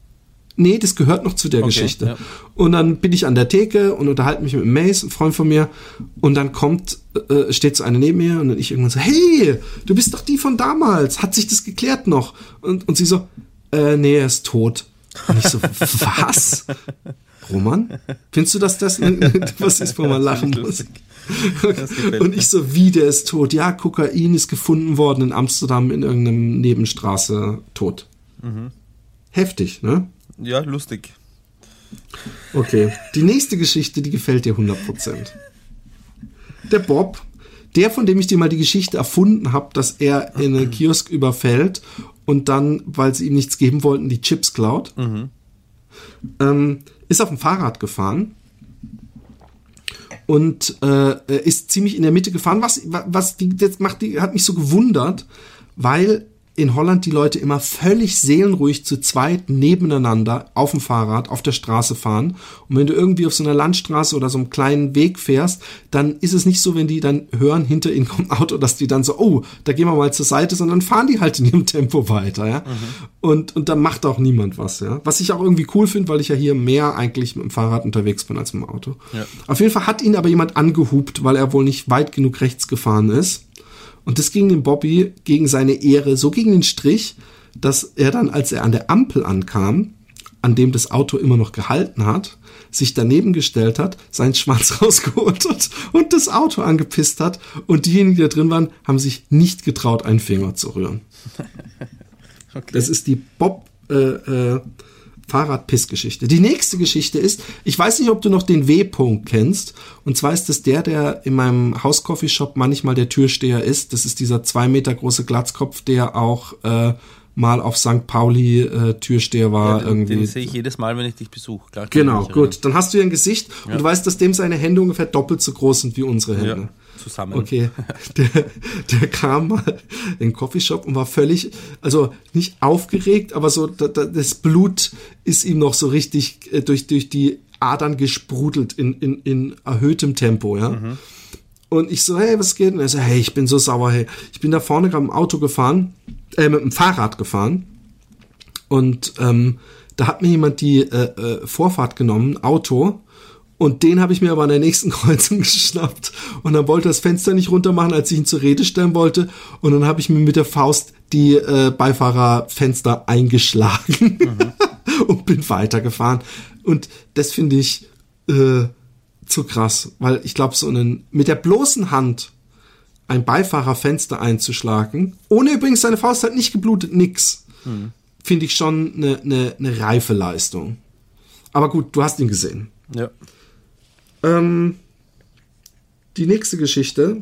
Nee, das gehört noch zu der okay, Geschichte. Ja. Und dann bin ich an der Theke und unterhalte mich mit Mace, ein Freund von mir, und dann kommt, äh, steht so eine neben mir und dann ich irgendwann so, hey, du bist doch die von damals, hat sich das geklärt noch? Und, und sie so, äh, nee, er ist tot. Und ich so, was? Roman? Findest du, dass das was ist, wo man lachen muss? Und ich so, wie, der ist tot? Ja, Kokain ist gefunden worden in Amsterdam in irgendeinem Nebenstraße tot. Mhm. Heftig, ne? Ja, lustig. Okay, die nächste Geschichte, die gefällt dir hundert Prozent. Der Bob, der, von dem ich dir mal die Geschichte erfunden habe, dass er in einen Kiosk überfällt und dann, weil sie ihm nichts geben wollten, die Chips klaut, mhm. ähm, ist auf dem Fahrrad gefahren und äh, ist ziemlich in der Mitte gefahren. Was, was die, das macht, die, hat mich so gewundert, weil in Holland die Leute immer völlig seelenruhig zu zweit nebeneinander auf dem Fahrrad auf der Straße fahren. Und wenn du irgendwie auf so einer Landstraße oder so einem kleinen Weg fährst, dann ist es nicht so, wenn die dann hören, hinter ihnen kommt ein Auto, dass die dann so, oh, da gehen wir mal zur Seite, sondern fahren die halt in ihrem Tempo weiter, ja. Mhm. Und, und da macht auch niemand was, ja. Was ich auch irgendwie cool finde, weil ich ja hier mehr eigentlich mit dem Fahrrad unterwegs bin als mit dem Auto. Ja. Auf jeden Fall hat ihn aber jemand angehupt, weil er wohl nicht weit genug rechts gefahren ist. Und das ging dem Bobby gegen seine Ehre so gegen den Strich, dass er dann, als er an der Ampel ankam, an dem das Auto immer noch gehalten hat, sich daneben gestellt hat, seinen Schwanz rausgeholt hat und das Auto angepisst hat. Und diejenigen, die da drin waren, haben sich nicht getraut, einen Finger zu rühren. Okay. Das ist die Bob äh, äh, Fahrradpissgeschichte. Die nächste Geschichte ist, ich weiß nicht, ob du noch den W-Punkt kennst. Und zwar ist das der, der in meinem Haus-Coffee-Shop manchmal der Türsteher ist. Das ist dieser zwei Meter große Glatzkopf, der auch äh, mal auf Sankt Pauli äh, Türsteher war. Ja, den, irgendwie. Den sehe ich jedes Mal, wenn ich dich besuche. Klar, genau, gut. Dann hast du ja ein Gesicht ja. und du weißt, dass dem seine Hände ungefähr doppelt so groß sind wie unsere Hände. Ja, zusammen. Okay, der, der kam mal in den Coffeeshop und war völlig, also nicht aufgeregt, aber so da, da, das Blut ist ihm noch so richtig äh, durch, durch die Adern gesprudelt in, in, in erhöhtem Tempo, ja. Mhm. Und ich so, hey, was geht? Und er so, hey, ich bin so sauer, hey. Ich bin da vorne gerade im Auto gefahren, äh, mit dem Fahrrad gefahren. Und ähm, da hat mir jemand die äh, äh, Vorfahrt genommen, Auto. Und den habe ich mir aber an der nächsten Kreuzung geschnappt. Und dann wollte er das Fenster nicht runter machen, als ich ihn zur Rede stellen wollte. Und dann habe ich mir mit der Faust die äh, Beifahrerfenster eingeschlagen mhm. und bin weitergefahren. Und das finde ich äh, zu krass, weil ich glaube, so einen mit der bloßen Hand ein Beifahrerfenster einzuschlagen, ohne übrigens seine Faust hat nicht geblutet, nix, mhm. finde ich schon eine ne, ne reife Leistung. Aber gut, du hast ihn gesehen. Ja. Ähm, die nächste Geschichte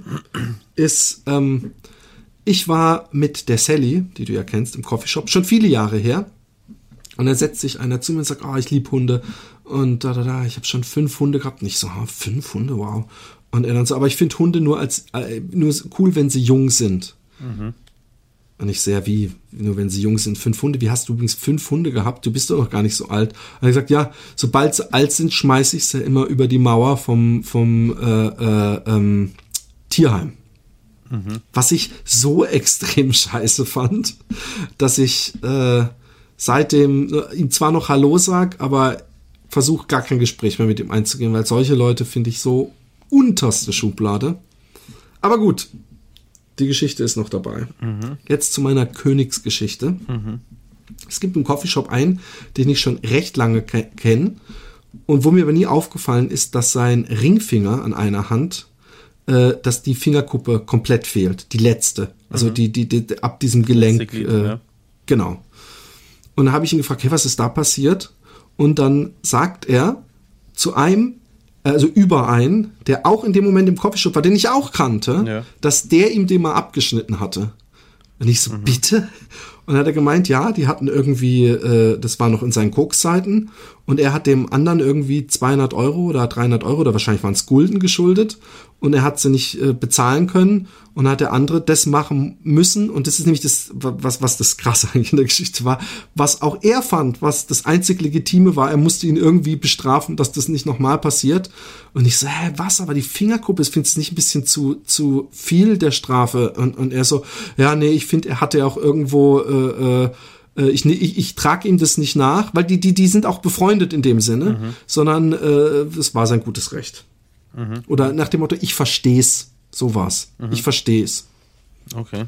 ist, ähm, ich war mit der Sally, die du ja kennst, im Coffeeshop, schon viele Jahre her. Und dann setzt sich einer zu mir und sagt, ah, oh, ich liebe Hunde. Und da, da, da, ich habe schon fünf Hunde gehabt. Und ich so, ah, fünf Hunde, wow. Und er dann so, aber ich finde Hunde nur als äh, nur cool, wenn sie jung sind. Mhm. Und ich so, ja, wie? Nur wenn sie jung sind, fünf Hunde. Wie hast du übrigens fünf Hunde gehabt? Du bist doch noch gar nicht so alt. Und er hat gesagt, ja, sobald sie alt sind, schmeiße ich sie immer über die Mauer vom, vom äh, äh, ähm, Tierheim. Mhm. Was ich so extrem scheiße fand, dass ich äh, seitdem äh, ihm zwar noch Hallo sag, aber versuche gar kein Gespräch mehr mit ihm einzugehen, weil solche Leute finde ich so unterste Schublade. Aber gut. Die Geschichte ist noch dabei. Mhm. Jetzt zu meiner Königsgeschichte. Mhm. Es gibt einen Coffeeshop einen, den ich schon recht lange ke- kenne und wo mir aber nie aufgefallen ist, dass sein Ringfinger an einer Hand, äh, dass die Fingerkuppe komplett fehlt. Die letzte. Also mhm. die, die, die ab diesem Gelenk. Glied, äh, ja. Genau. Und dann habe ich ihn gefragt, hey, was ist da passiert? Und dann sagt er zu einem, also über einen, der auch in dem Moment im Coffeeshop war, den ich auch kannte, ja. dass der ihm den mal abgeschnitten hatte. Und ich so, mhm. bitte? Und dann hat er gemeint, ja, die hatten irgendwie, äh, das war noch in seinen Koks-Zeiten, und er hat dem anderen irgendwie zweihundert Euro oder dreihundert Euro, oder wahrscheinlich waren es Gulden, geschuldet, und er hat sie nicht äh, bezahlen können, und dann hat der andere das machen müssen, und das ist nämlich das, was, was das Krasse eigentlich in der Geschichte war, was auch er fand, was das einzig Legitime war, er musste ihn irgendwie bestrafen, dass das nicht nochmal passiert. Und ich so, hä, was, aber die Fingerkuppe, ich finde es nicht ein bisschen zu, zu viel der Strafe? Und, und er so, ja, nee, ich finde, er hatte ja auch irgendwo, äh, äh, Ich, ich, ich trage ihm das nicht nach, weil die, die, die sind auch befreundet in dem Sinne, mhm. sondern es äh, war sein gutes Recht. Mhm. Oder nach dem Motto, ich versteh's. So war's. Mhm. Ich versteh's. Okay.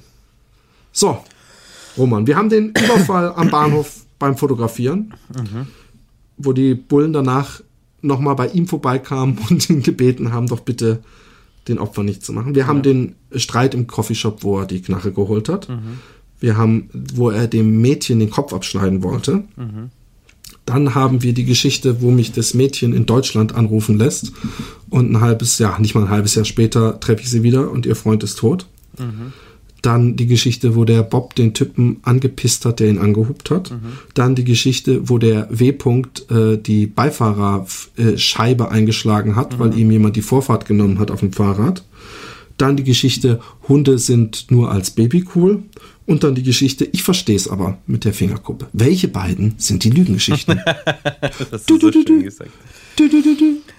So, Roman, wir haben den Überfall am Bahnhof beim Fotografieren, mhm. wo die Bullen danach nochmal bei ihm vorbeikamen und ihn gebeten haben, doch bitte den Opfer nicht zu machen. Wir haben ja. den Streit im Coffeeshop, wo er die Knarre geholt hat. Mhm. Wir haben, wo er dem Mädchen den Kopf abschneiden wollte. Mhm. Dann haben wir die Geschichte, wo mich das Mädchen in Deutschland anrufen lässt. Und ein halbes Jahr, nicht mal ein halbes Jahr später, treffe ich sie wieder und ihr Freund ist tot. Mhm. Dann die Geschichte, wo der Bob den Typen angepisst hat, der ihn angehupt hat. Mhm. Dann die Geschichte, wo der W-Punkt äh, die Beifahrerscheibe äh, eingeschlagen hat, mhm. weil ihm jemand die Vorfahrt genommen hat auf dem Fahrrad. Dann die Geschichte, Hunde sind nur als Baby cool. Und dann die Geschichte, ich verstehe es aber, mit der Fingerkuppe. Welche beiden sind die Lügengeschichten? Das hast du so schön gesagt.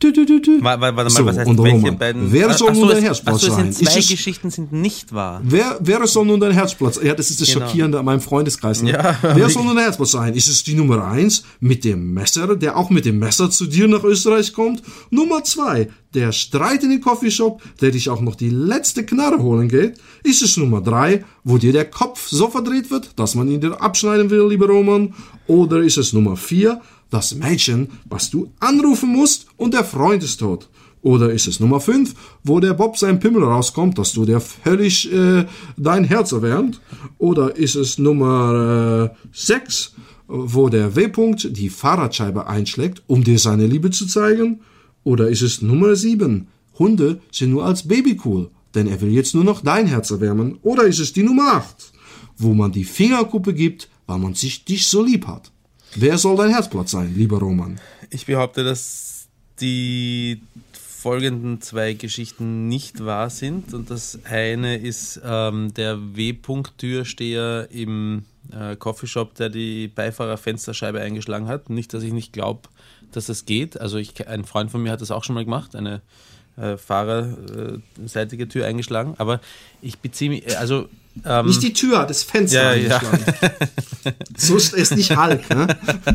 Du, du, du, du. Warte mal, So, was heißt, und welche Roman, beiden... wer soll Ach so, nun der es- Herzblatt ach so, es sein? sind zwei Ist es- Geschichten sind nicht wahr. Wer, wer soll nun dein Herzplatz? Ja, das ist das Genau. Schockierende an meinem Freundeskreis. Ne? Ja. Wer soll nun dein Herzplatz sein? Ist es die Nummer eins mit dem Messer, der auch mit dem Messer zu dir nach Österreich kommt? Nummer zwei, der Streit in den Coffeeshop, der dich auch noch die letzte Knarre holen geht? Ist es Nummer drei, wo dir der Kopf so verdreht wird, dass man ihn dir abschneiden will, lieber Roman? Oder ist es Nummer vier, das Mädchen, was du anrufen musst und der Freund ist tot? Oder ist es Nummer fünf, wo der Bob sein Pimmel rauskommt, dass du dir völlig äh, dein Herz erwärmt? Oder ist es Nummer äh, sechs, wo der W-Punkt die Fahrradscheibe einschlägt, um dir seine Liebe zu zeigen? Oder ist es Nummer sieben, Hunde sind nur als Baby cool, denn er will jetzt nur noch dein Herz erwärmen? Oder ist es die Nummer acht, wo man die Fingerkuppe gibt, weil man sich dich so lieb hat? Wer soll dein Herzblatt sein, lieber Roman? Ich behaupte, dass die folgenden zwei Geschichten nicht wahr sind. Und das eine ist ähm, der W-Punkt-Türsteher im äh, Coffeeshop, der die Beifahrerfensterscheibe eingeschlagen hat. Nicht, dass ich nicht glaube, dass das geht. Also ich, ein Freund von mir hat das auch schon mal gemacht, eine äh, fahrerseitige Tür eingeschlagen. Aber ich beziehe mich, also... Ähm, Nicht die Tür, das Fenster. Ja, ja. So ist es nicht Hulk, ne?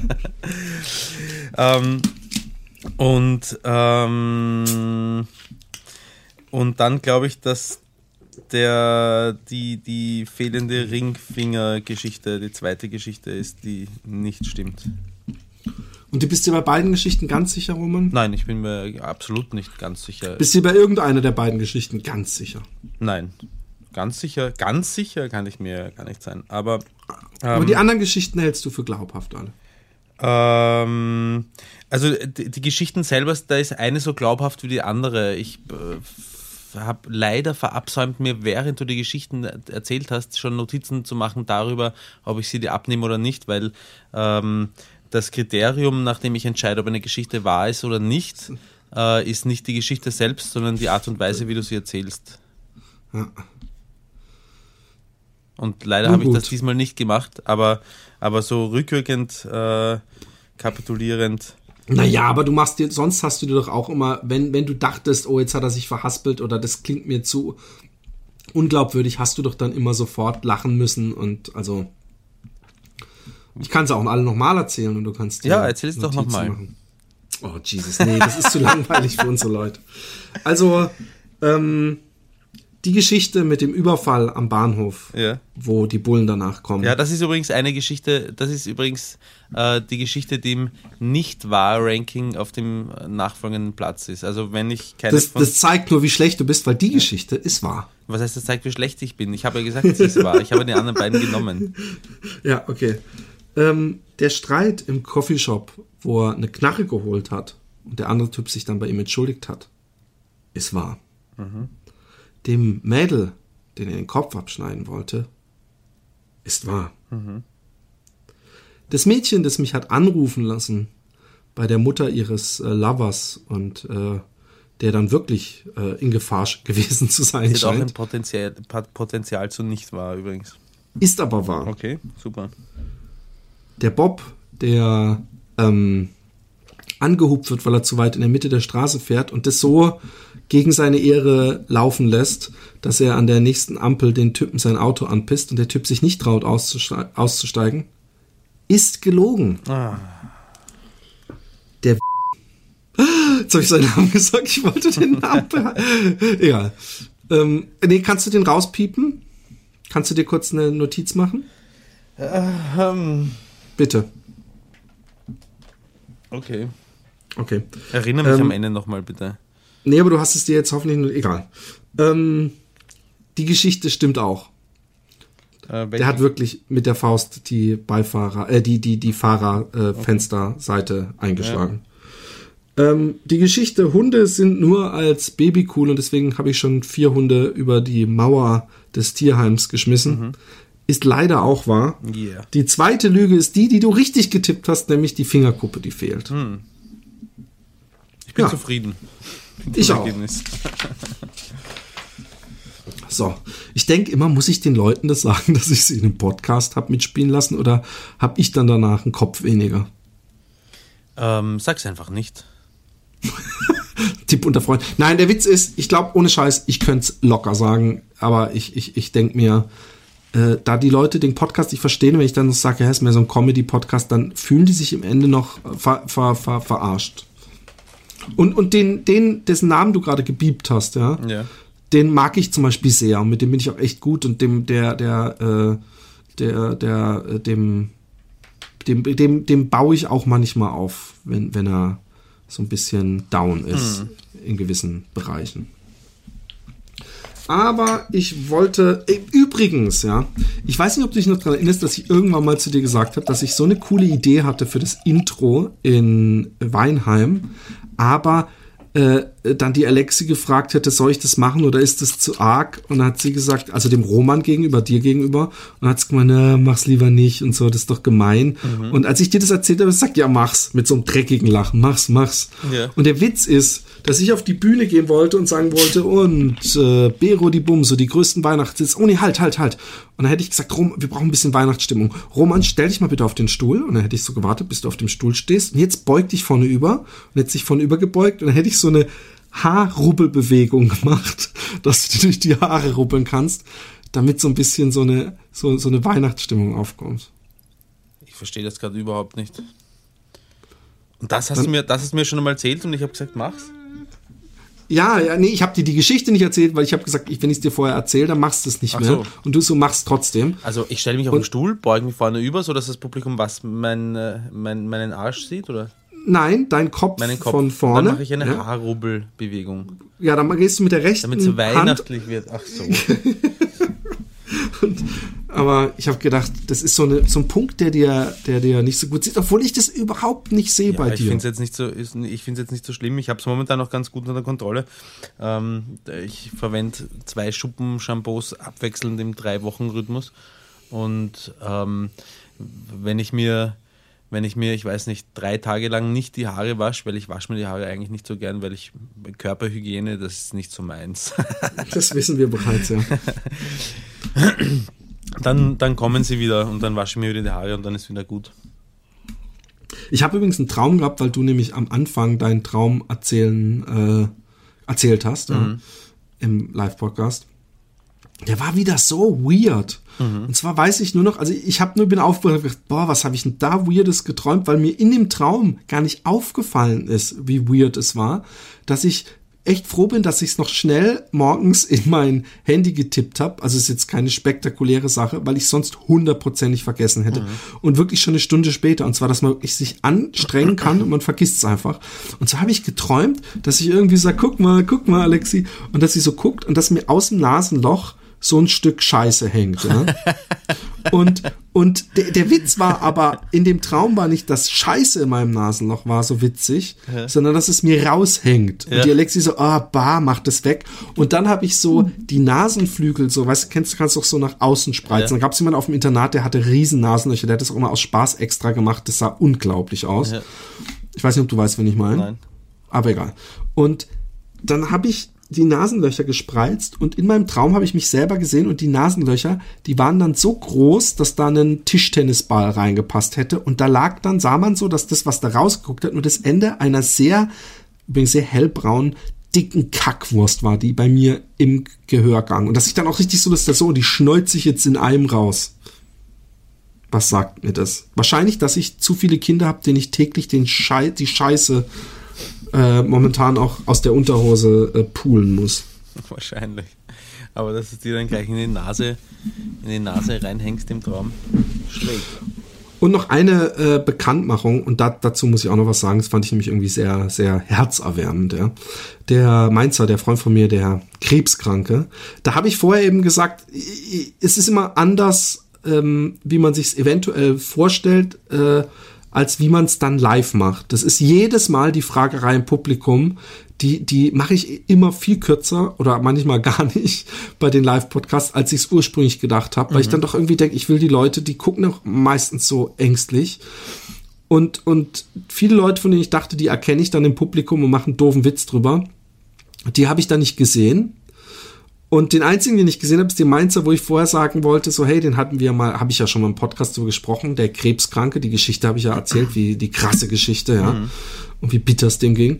ähm, und, ähm, und dann glaube ich, dass der, die, die fehlende Ringfinger-Geschichte die zweite Geschichte ist, die nicht stimmt. Und du bist dir bei beiden Geschichten ganz sicher, Roman? Nein, ich bin mir absolut nicht ganz sicher. Bist du dir bei irgendeiner der beiden Geschichten ganz sicher? Nein, ganz sicher, ganz sicher kann ich mir gar nicht sein. Aber, ähm, Aber die anderen Geschichten hältst du für glaubhaft alle. Ähm, also die, die Geschichten selber, da ist eine so glaubhaft wie die andere. Ich äh, habe leider verabsäumt, mir, während du die Geschichten erzählt hast, schon Notizen zu machen darüber, ob ich sie dir abnehme oder nicht, weil ähm, das Kriterium, nach dem ich entscheide, ob eine Geschichte wahr ist oder nicht, äh, ist nicht die Geschichte selbst, sondern die Art und Weise, wie du sie erzählst. Ja. Und leider Nun habe ich gut. das diesmal nicht gemacht, aber, aber so rückwirkend, äh, kapitulierend. Naja, aber du machst dir, sonst hast du dir doch auch immer, wenn, wenn du dachtest, oh, jetzt hat er sich verhaspelt oder das klingt mir zu unglaubwürdig, hast du doch dann immer sofort lachen müssen und also ich kann es auch alle nochmal erzählen und du kannst dir Ja, erzähl es doch Notizen nochmal. machen. Oh, Jesus, nee, das ist zu langweilig für unsere Leute. Also, ähm, die Geschichte mit dem Überfall am Bahnhof, Ja. wo die Bullen danach kommen. Ja, das ist übrigens eine Geschichte, das ist übrigens äh, die Geschichte, die im Nicht-Wahr-Ranking auf dem nachfolgenden Platz ist. Also wenn ich keine das, von... das zeigt nur, wie schlecht du bist, weil die Geschichte ist wahr. Was heißt, das zeigt, wie schlecht ich bin? Ich habe ja gesagt, sie ist wahr. Ich habe die anderen beiden genommen. Ja, okay. Ähm, der Streit im Coffeeshop, wo er eine Knarre geholt hat und der andere Typ sich dann bei ihm entschuldigt hat, ist wahr. Mhm. Dem Mädel, den er den Kopf abschneiden wollte, ist wahr. Mhm. Das Mädchen, das mich hat anrufen lassen bei der Mutter ihres äh, Lovers und äh, der dann wirklich äh, in Gefahr sch- gewesen zu sein Ist auch ein scheint, Potenzial, Potenzial zu nicht wahr übrigens. ist aber wahr. Okay, super. Der Bob, der ähm, angehupt wird, weil er zu weit in der Mitte der Straße fährt und das so gegen seine Ehre laufen lässt, dass er an der nächsten Ampel den Typen sein Auto anpisst und der Typ sich nicht traut auszuste- auszusteigen, ist gelogen. Ah. Der Jetzt habe ich seinen Namen gesagt, ich wollte den Namen behalten. Egal. Ähm, nee, kannst du den rauspiepen? Kannst du dir kurz eine Notiz machen? Ähm, Bitte. okay. Okay. Erinnere mich Ähm, am Ende nochmal bitte. Nee, aber du hast es dir jetzt hoffentlich nur... Egal. Ähm, die Geschichte stimmt auch. Äh, Der hat wirklich mit der Faust die Beifahrer, äh, die, die, die Fahrerfensterseite äh, eingeschlagen. Ja. Ähm, die Geschichte, Hunde sind nur als Baby cool und deswegen habe ich schon vier Hunde über die Mauer des Tierheims geschmissen. Mhm. Ist leider auch wahr. Yeah. Die zweite Lüge ist die, die du richtig getippt hast, nämlich die Fingerkuppe, die fehlt. Hm. Ich bin Ja. zufrieden. mit Ich dem auch. Ergebnis. So, ich denke immer, muss ich den Leuten das sagen, dass ich sie in einem Podcast habe mitspielen lassen oder habe ich dann danach einen Kopf weniger? Ähm, sag's einfach nicht. Tipp unter Freunden. Nein, der Witz ist, ich glaube, ohne Scheiß, ich könnte es locker sagen, aber ich, ich, ich denke mir, äh, da die Leute den Podcast nicht verstehen, wenn ich dann sage, ja, ist mehr so ein Comedy-Podcast, dann fühlen die sich im Ende noch ver, ver, ver, verarscht. Und, und den, den, dessen Namen du gerade gebiebt hast, ja, ja, den mag ich zum Beispiel sehr und mit dem bin ich auch echt gut und dem, der, der, äh, der, der, äh, dem, dem, dem, dem baue ich auch manchmal auf, wenn, wenn er so ein bisschen down ist mhm. in gewissen Bereichen. Aber ich wollte, äh, übrigens, ja, ich weiß nicht, ob du dich noch daran erinnerst, dass ich irgendwann mal zu dir gesagt habe, dass ich so eine coole Idee hatte für das Intro in Weinheim, aber äh, dann die Alexi gefragt hätte, soll ich das machen oder ist das zu arg? Und dann hat sie gesagt, also dem Roman gegenüber, dir gegenüber, und dann hat sie gemeint, na, mach's lieber nicht und so, das ist doch gemein. Mhm. Und als ich dir das erzählt habe, sagt ja, mach's, mit so einem dreckigen Lachen, mach's, mach's. Ja. Und der Witz ist, dass ich auf die Bühne gehen wollte und sagen wollte, und äh, Bero die Bum, so die größten Weihnachtssitz. Oh nee, halt, halt, halt. Und dann hätte ich gesagt, Rom, wir brauchen ein bisschen Weihnachtsstimmung. Roman, stell dich mal bitte auf den Stuhl. Und dann hätte ich so gewartet, bis du auf dem Stuhl stehst. Und jetzt beug dich vorne über. Und jetzt sich vorne über gebeugt. Und dann hätte ich so eine Haarrubbelbewegung gemacht, dass du durch die Haare rubbeln kannst, damit so ein bisschen so eine, so, so eine Weihnachtsstimmung aufkommt. Ich verstehe das gerade überhaupt nicht. Und das hast, dann, du mir, das hast du mir schon einmal erzählt und ich habe gesagt, mach's. Ja, ja, nee, ich habe dir die Geschichte nicht erzählt, weil ich habe gesagt, ich, wenn ich es dir vorher erzähle, dann machst du es nicht Ach mehr. So. Und du so machst trotzdem. Also ich stelle mich auf und, den Stuhl, beuge mich vorne über, sodass das Publikum was mein, mein, meinen Arsch sieht, oder? Nein, dein Kopf, Kopf von vorne. Dann mache ich eine ja. Haarrubbelbewegung. Ja, dann gehst du mit der rechten Damit es so weihnachtlich Hand. wird. Ach so. Und, aber ich habe gedacht, das ist so, eine, so ein Punkt, der dir, der dir nicht so gut sieht, obwohl ich das überhaupt nicht sehe ja, bei ich dir. Find's jetzt nicht so, ich finde es jetzt nicht so schlimm. Ich habe es momentan noch ganz gut unter Kontrolle. Ähm, ich verwende zwei Schuppen-Shampoos abwechselnd im Drei-Wochen-Rhythmus. Und ähm, wenn ich mir Wenn ich mir, ich weiß nicht, drei Tage lang nicht die Haare wasche, weil ich wasche mir die Haare eigentlich nicht so gern, weil ich Körperhygiene, das ist nicht so meins. Das wissen wir bereits, ja. Dann, dann kommen sie wieder und dann wasche ich mir wieder die Haare und dann ist wieder gut. Ich habe übrigens einen Traum gehabt, weil du nämlich am Anfang deinen Traum erzählen, äh, erzählt hast, mhm. ja, im Live-Podcast. Der war wieder so weird. Mhm. Und zwar weiß ich nur noch, also ich habe nur bin aufgewacht und gedacht, boah, was habe ich denn da Weirdes geträumt, weil mir in dem Traum gar nicht aufgefallen ist, wie weird es war, dass ich echt froh bin, dass ich es noch schnell morgens in mein Handy getippt habe. Also es ist jetzt keine spektakuläre Sache, weil ich es sonst hundertprozentig vergessen hätte. Mhm. Und wirklich schon eine Stunde später. Und zwar, dass man wirklich sich anstrengen kann und man vergisst es einfach. Und so habe ich geträumt, dass ich irgendwie sage, guck mal, guck mal, Alexi. Und dass sie so guckt und dass mir aus dem Nasenloch so ein Stück Scheiße hängt. Ja? Und, und der, der Witz war aber, in dem Traum war nicht, dass Scheiße in meinem Nasenloch war so witzig, ja. sondern dass es mir raushängt. Ja. Und die Alexi so, ah, oh, bah, mach das weg. Und dann habe ich so die Nasenflügel, so, weißt du, kennst, kannst du auch so nach außen spreizen. Ja. Dann gab es jemanden auf dem Internat, der hatte riesen Nasenlöcher, der hat das auch immer aus Spaß extra gemacht. Das sah unglaublich aus. Ja. Ich weiß nicht, ob du weißt, wen ich meine. Nein. Aber egal. Und dann habe ich die Nasenlöcher gespreizt und in meinem Traum habe ich mich selber gesehen und die Nasenlöcher, die waren dann so groß, dass da ein Tischtennisball reingepasst hätte und da lag dann, sah man so, dass das, was da rausgeguckt hat, nur das Ende einer sehr, übrigens sehr hellbraunen, dicken Kackwurst war, die bei mir im Gehörgang und dass ich dann auch richtig so, dass das so, die schneuzt sich jetzt in einem raus. Was sagt mir das? Wahrscheinlich, dass ich zu viele Kinder habe, denen ich täglich den Schei- die Scheiße Äh, momentan auch aus der Unterhose äh, poolen muss. Wahrscheinlich. Aber dass du dir dann gleich in die Nase, in die Nase reinhängst im Traum. Schräg. Und noch eine äh, Bekanntmachung, und da, dazu muss ich auch noch was sagen, das fand ich nämlich irgendwie sehr, sehr herzerwärmend. Ja. Der Mainzer, der Freund von mir, der Krebskranke, da habe ich vorher eben gesagt, es ist immer anders, ähm, wie man sich es eventuell vorstellt, äh, als wie man es dann live macht. Das ist jedes Mal die Fragerei im Publikum, die die mache ich immer viel kürzer oder manchmal gar nicht bei den Live-Podcasts, als ich es ursprünglich gedacht habe, weil mhm. ich dann doch irgendwie denke, ich will die Leute, die gucken auch meistens so ängstlich und und viele Leute, von denen ich dachte, die erkenne ich dann im Publikum und machen einen doofen Witz drüber, die habe ich dann nicht gesehen. Und den einzigen, den ich gesehen habe, ist den Mainzer, wo ich vorher sagen wollte, so hey, den hatten wir mal, habe ich ja schon mal im Podcast so gesprochen, der Krebskranke, die Geschichte habe ich ja erzählt, wie die krasse Geschichte, ja, mhm. und wie bitter es dem ging.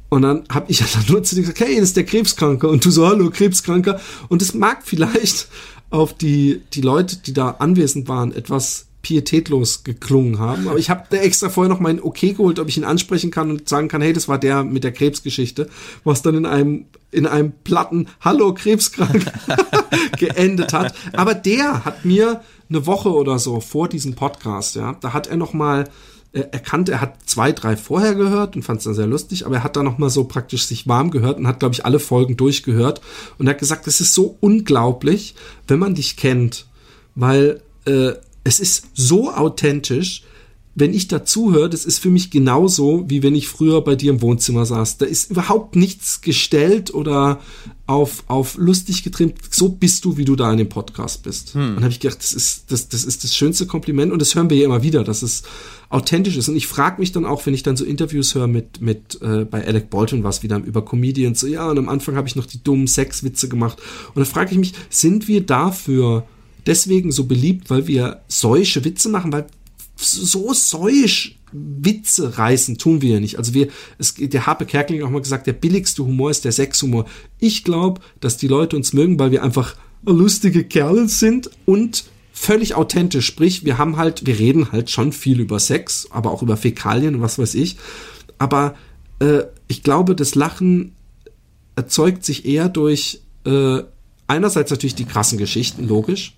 Und dann habe ich dann nur zu dir gesagt, hey, das ist der Krebskranke. Und du so, hallo, Krebskranker. Und es mag vielleicht auf die, die Leute, die da anwesend waren, etwas pietätlos geklungen haben. Aber ich habe extra vorher noch mein Okay geholt, ob ich ihn ansprechen kann und sagen kann, hey, das war der mit der Krebsgeschichte, was dann in einem in einem platten Hallo, Krebskrank geendet hat. Aber der hat mir eine Woche oder so vor diesem Podcast, ja, da hat er noch mal erkannt, er hat zwei, drei vorher gehört und fand es dann sehr lustig, aber er hat dann noch mal so praktisch sich warm gehört und hat, glaube ich, alle Folgen durchgehört und er hat gesagt, es ist so unglaublich, wenn man dich kennt, weil äh, es ist so authentisch, wenn ich dazuhöre, das ist für mich genauso, wie wenn ich früher bei dir im Wohnzimmer saß. Da ist überhaupt nichts gestellt oder auf, auf lustig getrimmt. So bist du, wie du da in dem Podcast bist. Hm. Und dann habe ich gedacht, das ist das, das ist das schönste Kompliment und das hören wir ja immer wieder, dass es authentisch ist. Und ich frage mich dann auch, wenn ich dann so Interviews höre mit, mit äh, bei Alec Baldwin was wieder über Comedians, so ja, und am Anfang habe ich noch die dummen Sexwitze gemacht. Und dann frage ich mich, sind wir dafür deswegen so beliebt, weil wir solche Witze machen, weil so solch Witze reißen tun wir ja nicht. Also wir, es, der Harpe Kerkeling hat auch mal gesagt, der billigste Humor ist der Sexhumor. Ich glaube, dass die Leute uns mögen, weil wir einfach lustige Kerle sind und völlig authentisch. Sprich, wir haben halt, wir reden halt schon viel über Sex, aber auch über Fäkalien und was weiß ich. Aber äh, ich glaube, das Lachen erzeugt sich eher durch äh, einerseits natürlich die krassen Geschichten, logisch.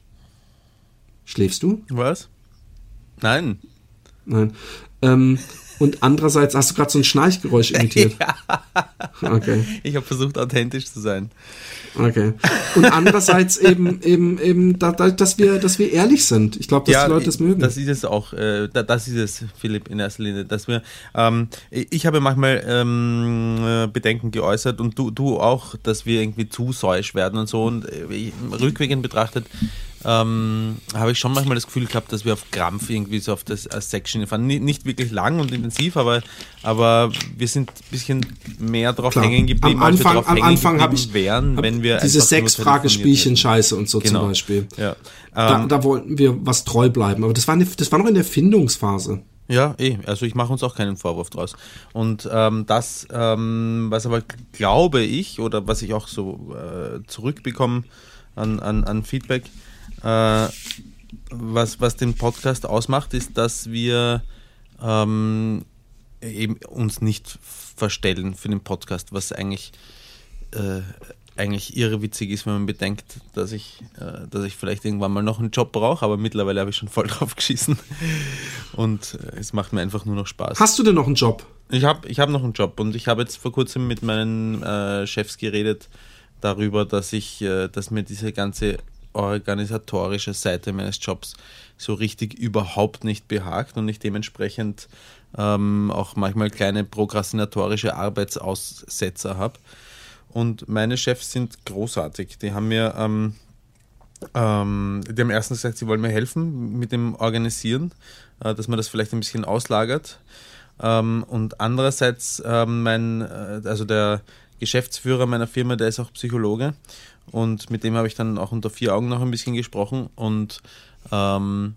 Schläfst du? Was? Nein. Nein. Ähm, und andererseits hast du gerade so ein Schnarchgeräusch imitiert. Ja. Okay. Ich habe versucht, authentisch zu sein. Okay. Und andererseits eben, eben, eben, da, da, dass wir, dass wir ehrlich sind. Ich glaube, dass ja, die Leute das mögen. Das ist es auch. Äh, das ist es, Philipp, in erster Linie, dass wir. Ähm, ich habe manchmal ähm, Bedenken geäußert und du, du auch, dass wir irgendwie zu säusch werden und so. Und äh, rückwirkend betrachtet. Ähm, habe ich schon manchmal das Gefühl gehabt, dass wir auf Krampf irgendwie so auf das Section fahren. Nicht, nicht wirklich lang und intensiv, aber, aber wir sind ein bisschen mehr drauf Klar. hängen geblieben, am Anfang, als wir drauf am hängen Anfang habe ich wären, hab wenn wir diese Sechs-Fragespielchen Scheiße und so genau. zum Beispiel. Ja. Da, Ähm, da wollten wir was treu bleiben, aber das war, eine, das war noch in der Findungsphase. Ja, eh, also ich mache uns auch keinen Vorwurf draus. Und ähm, das, ähm, was aber glaube ich, oder was ich auch so äh, zurückbekomme an, an, an Feedback, äh, was, was den Podcast ausmacht, ist, dass wir ähm, eben uns nicht verstellen für den Podcast, was eigentlich, äh, eigentlich irrewitzig ist, wenn man bedenkt, dass ich, äh, dass ich vielleicht irgendwann mal noch einen Job brauche, aber mittlerweile habe ich schon voll drauf geschissen und äh, es macht mir einfach nur noch Spaß. Hast du denn noch einen Job? Ich habe ich hab noch einen Job und ich habe jetzt vor kurzem mit meinen äh, Chefs geredet darüber, dass ich, äh, dass mir diese ganze organisatorische Seite meines Jobs so richtig überhaupt nicht behagt und ich dementsprechend ähm, auch manchmal kleine prokrastinatorische Arbeitsaussetzer habe. Und meine Chefs sind großartig. Die haben mir ähm, ähm, die haben erstens gesagt, sie wollen mir helfen mit dem Organisieren, äh, dass man das vielleicht ein bisschen auslagert. Ähm, und andererseits ähm, mein, äh, also der Geschäftsführer meiner Firma, der ist auch Psychologe. Und mit dem habe ich dann auch unter vier Augen noch ein bisschen gesprochen und ähm,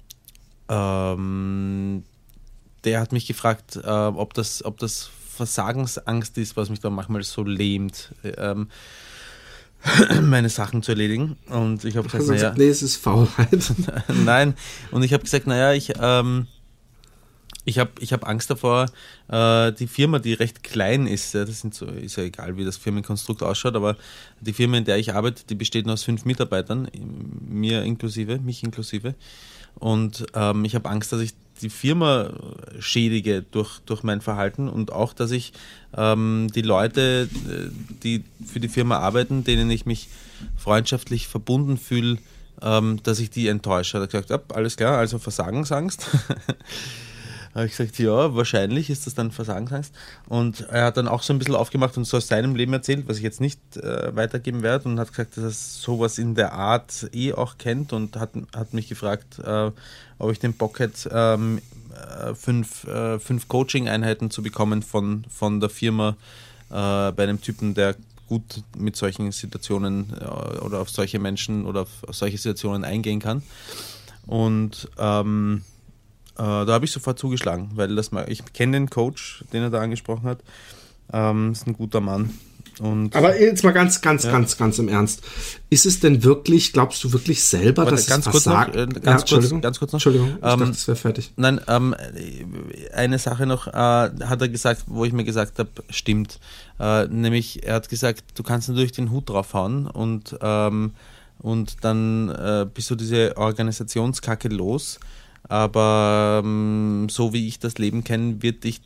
ähm, der hat mich gefragt, äh, ob das, ob das Versagensangst ist, was mich da manchmal so lähmt, ähm, meine Sachen zu erledigen. Und ich habe gesagt, also naja, nee, es ist Faulheit. Nein, und ich habe gesagt, naja, ich ähm, Ich habe ich hab Angst davor, äh, die Firma, die recht klein ist, ja, das sind so, ist ja egal, wie das Firmenkonstrukt ausschaut, aber die Firma, in der ich arbeite, die besteht nur aus fünf Mitarbeitern, mir inklusive, mich inklusive. Und ähm, ich habe Angst, dass ich die Firma schädige durch, durch mein Verhalten und auch, dass ich ähm, die Leute, die für die Firma arbeiten, denen ich mich freundschaftlich verbunden fühle, ähm, dass ich die enttäusche. Er hat gesagt, ja, alles klar, also Versagensangst. Habe ich gesagt, ja, wahrscheinlich ist das dann Versagensangst. Und er hat dann auch so ein bisschen aufgemacht und so aus seinem Leben erzählt, was ich jetzt nicht äh, weitergeben werde, und hat gesagt, dass er sowas in der Art eh auch kennt und hat, hat mich gefragt, äh, ob ich den Bock hätte, ähm, äh, fünf, äh, fünf Coaching-Einheiten zu bekommen von, von der Firma äh, bei einem Typen, der gut mit solchen Situationen äh, oder auf solche Menschen oder auf, auf solche Situationen eingehen kann. Und ähm, da habe ich sofort zugeschlagen, weil das mal, ich kenne den Coach, den er da angesprochen hat, Ähm, ist ein guter Mann. Und aber jetzt mal ganz, ganz, ja. ganz, ganz im Ernst. Ist es denn wirklich, glaubst du wirklich selber, Warte, dass ganz es kurz noch, versagt? äh, ganz, ja, kurz, Entschuldigung. ganz kurz noch. Entschuldigung, ich ähm, dachte, das wäre fertig. Nein, ähm, eine Sache noch, äh, hat er gesagt, wo ich mir gesagt habe, stimmt. Äh, nämlich, er hat gesagt, du kannst natürlich den Hut draufhauen und, ähm, und dann äh, bist du diese Organisationskacke los. Aber ähm, so wie ich das Leben kenne, wird dich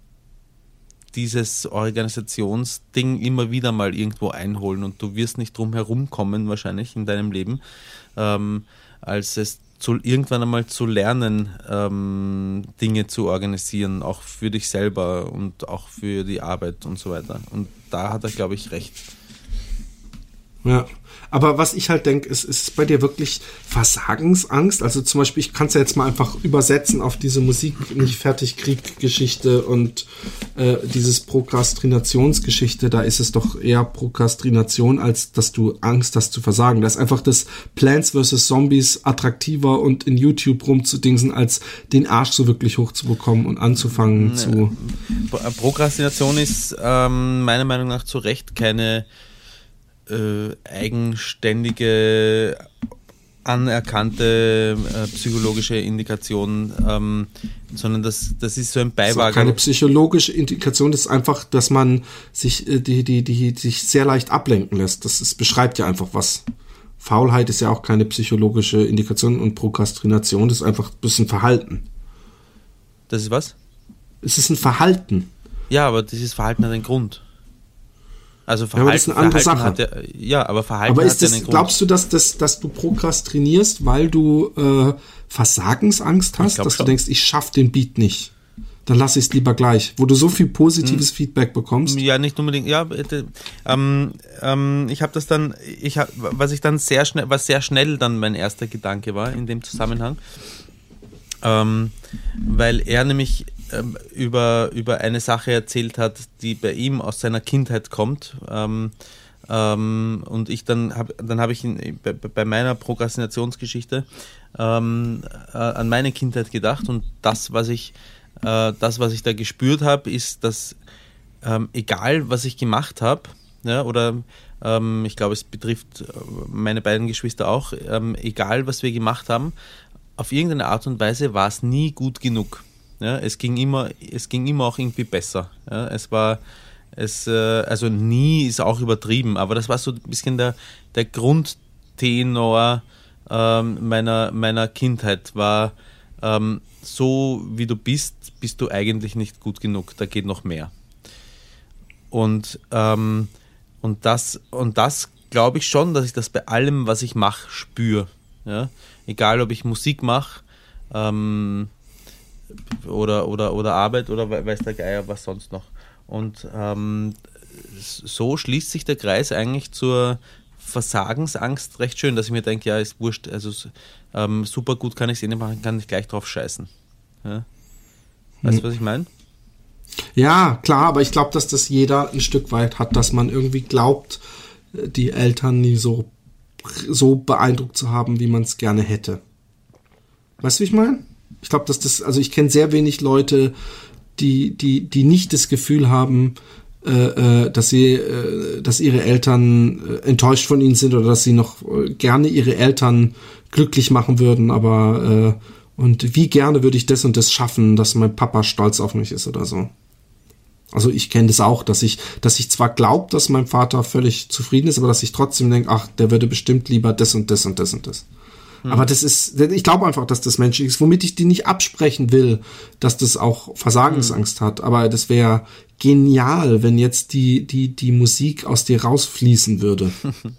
dieses Organisationsding immer wieder mal irgendwo einholen und du wirst nicht drum herum kommen wahrscheinlich in deinem Leben, ähm, als es zu, irgendwann einmal zu lernen, ähm, Dinge zu organisieren, auch für dich selber und auch für die Arbeit und so weiter. Und da hat er, glaube ich, recht. Ja, aber was ich halt denke, ist, ist bei dir wirklich Versagensangst? Also zum Beispiel, ich kann es ja jetzt mal einfach übersetzen auf diese Musik nicht fertig Krieg Geschichte und äh, dieses Prokrastinationsgeschichte, da ist es doch eher Prokrastination, als dass du Angst hast zu versagen. Da ist einfach das Plants versus. Zombies attraktiver und in YouTube rumzudingsen, als den Arsch so wirklich hochzubekommen und anzufangen ja. zu... Prokrastination ist ähm, meiner Meinung nach zu Recht keine Äh, eigenständige, anerkannte äh, psychologische Indikation, ähm, sondern das, das ist so ein Beiwagen. Das ist keine psychologische Indikation, das ist einfach, dass man sich, äh, die, die, die, sich sehr leicht ablenken lässt. Das ist, beschreibt ja einfach was. Faulheit ist ja auch keine psychologische Indikation und Prokrastination, das ist einfach ein bisschen Verhalten. Das ist was? Es ist ein Verhalten. Ja, aber dieses Verhalten hat einen Grund. Also Verhalten, ja, aber das ist eine andere Verhalten Sache. Hat ja, ja, aber Verhalten aber ist hat das, ja einen Grund. Glaubst du, dass, das, dass du prokrastinierst, weil du äh, Versagensangst hast, dass schon. du denkst, ich schaff den Beat nicht? Dann lass ich es lieber gleich. Wo du so viel positives hm. Feedback bekommst. Ja, nicht unbedingt. Ja, äh, ähm, ähm, ich habe das dann, ich hab, was ich dann sehr schnell, was sehr schnell dann mein erster Gedanke war in dem Zusammenhang, ähm, weil er nämlich ähm, über, über eine Sache erzählt hat, die bei ihm aus seiner Kindheit kommt. Ähm, ähm, und ich dann habe dann habe ich in, bei, bei meiner Prokrastinationsgeschichte ähm, äh, an meine Kindheit gedacht und das, was ich äh, das, was ich da gespürt habe, ist, dass ähm, egal, was ich gemacht habe, ja, oder ähm, ich glaube, es betrifft meine beiden Geschwister auch, ähm, egal, was wir gemacht haben, auf irgendeine Art und Weise war es nie gut genug. Ja, es ging immer, es ging immer auch irgendwie besser. Ja, es war, es, äh, also nie ist auch übertrieben, aber das war so ein bisschen der, der Grundtenor ähm, meiner, meiner Kindheit, war ähm, so wie du bist, bist du eigentlich nicht gut genug, da geht noch mehr. Und, ähm, und das, und das glaube ich schon, dass ich das bei allem, was ich mache, spüre. Ja? Egal, ob ich Musik mache, ähm, oder, oder, oder Arbeit oder weiß der Geier was sonst noch. Und ähm, so schließt sich der Kreis eigentlich zur Versagensangst recht schön, dass ich mir denke, ja, ist wurscht, also ähm, super gut kann ich es eh nicht machen, kann ich gleich drauf scheißen. Ja? Weißt du, was ich meine? Ja, klar, aber ich glaube, dass das jeder ein Stück weit hat, dass man irgendwie glaubt, die Eltern nie so, so beeindruckt zu haben, wie man es gerne hätte. Weißt du, wie ich meine? Ich glaube, dass das, also ich kenne sehr wenig Leute, die, die, die nicht das Gefühl haben, äh, dass sie, äh, dass ihre Eltern äh, enttäuscht von ihnen sind oder dass sie noch äh, gerne ihre Eltern glücklich machen würden, aber äh, und wie gerne würde ich das und das schaffen, dass mein Papa stolz auf mich ist oder so. Also ich kenne das auch, dass ich, dass ich zwar glaube, dass mein Vater völlig zufrieden ist, aber dass ich trotzdem denke, ach, der würde bestimmt lieber das und das und das und das. Hm. Aber das ist, ich glaube einfach, dass das menschlich ist, womit ich die nicht absprechen will, dass das auch Versagensangst hm. hat. Aber das wäre genial, wenn jetzt die, die, die Musik aus dir rausfließen würde.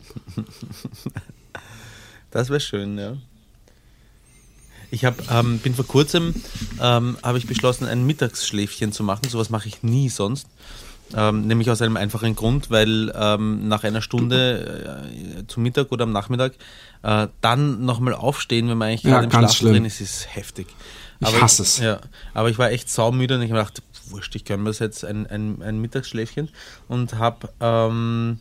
Das wäre schön, ja. Ich hab, ähm, bin vor kurzem, ähm, habe ich beschlossen, ein Mittagsschläfchen zu machen. Sowas mache ich nie sonst. Ähm, nämlich aus einem einfachen Grund, weil ähm, nach einer Stunde äh, zum Mittag oder am Nachmittag äh, dann nochmal aufstehen, wenn man eigentlich gerade ja, im Schlaf schlimm. drin ist, ist heftig. Aber ich hasse ich, es. Ja, aber ich war echt saumüde und ich habe gedacht, wurscht, ich gönne mir das jetzt ein, ein, ein Mittagsschläfchen und habe ähm,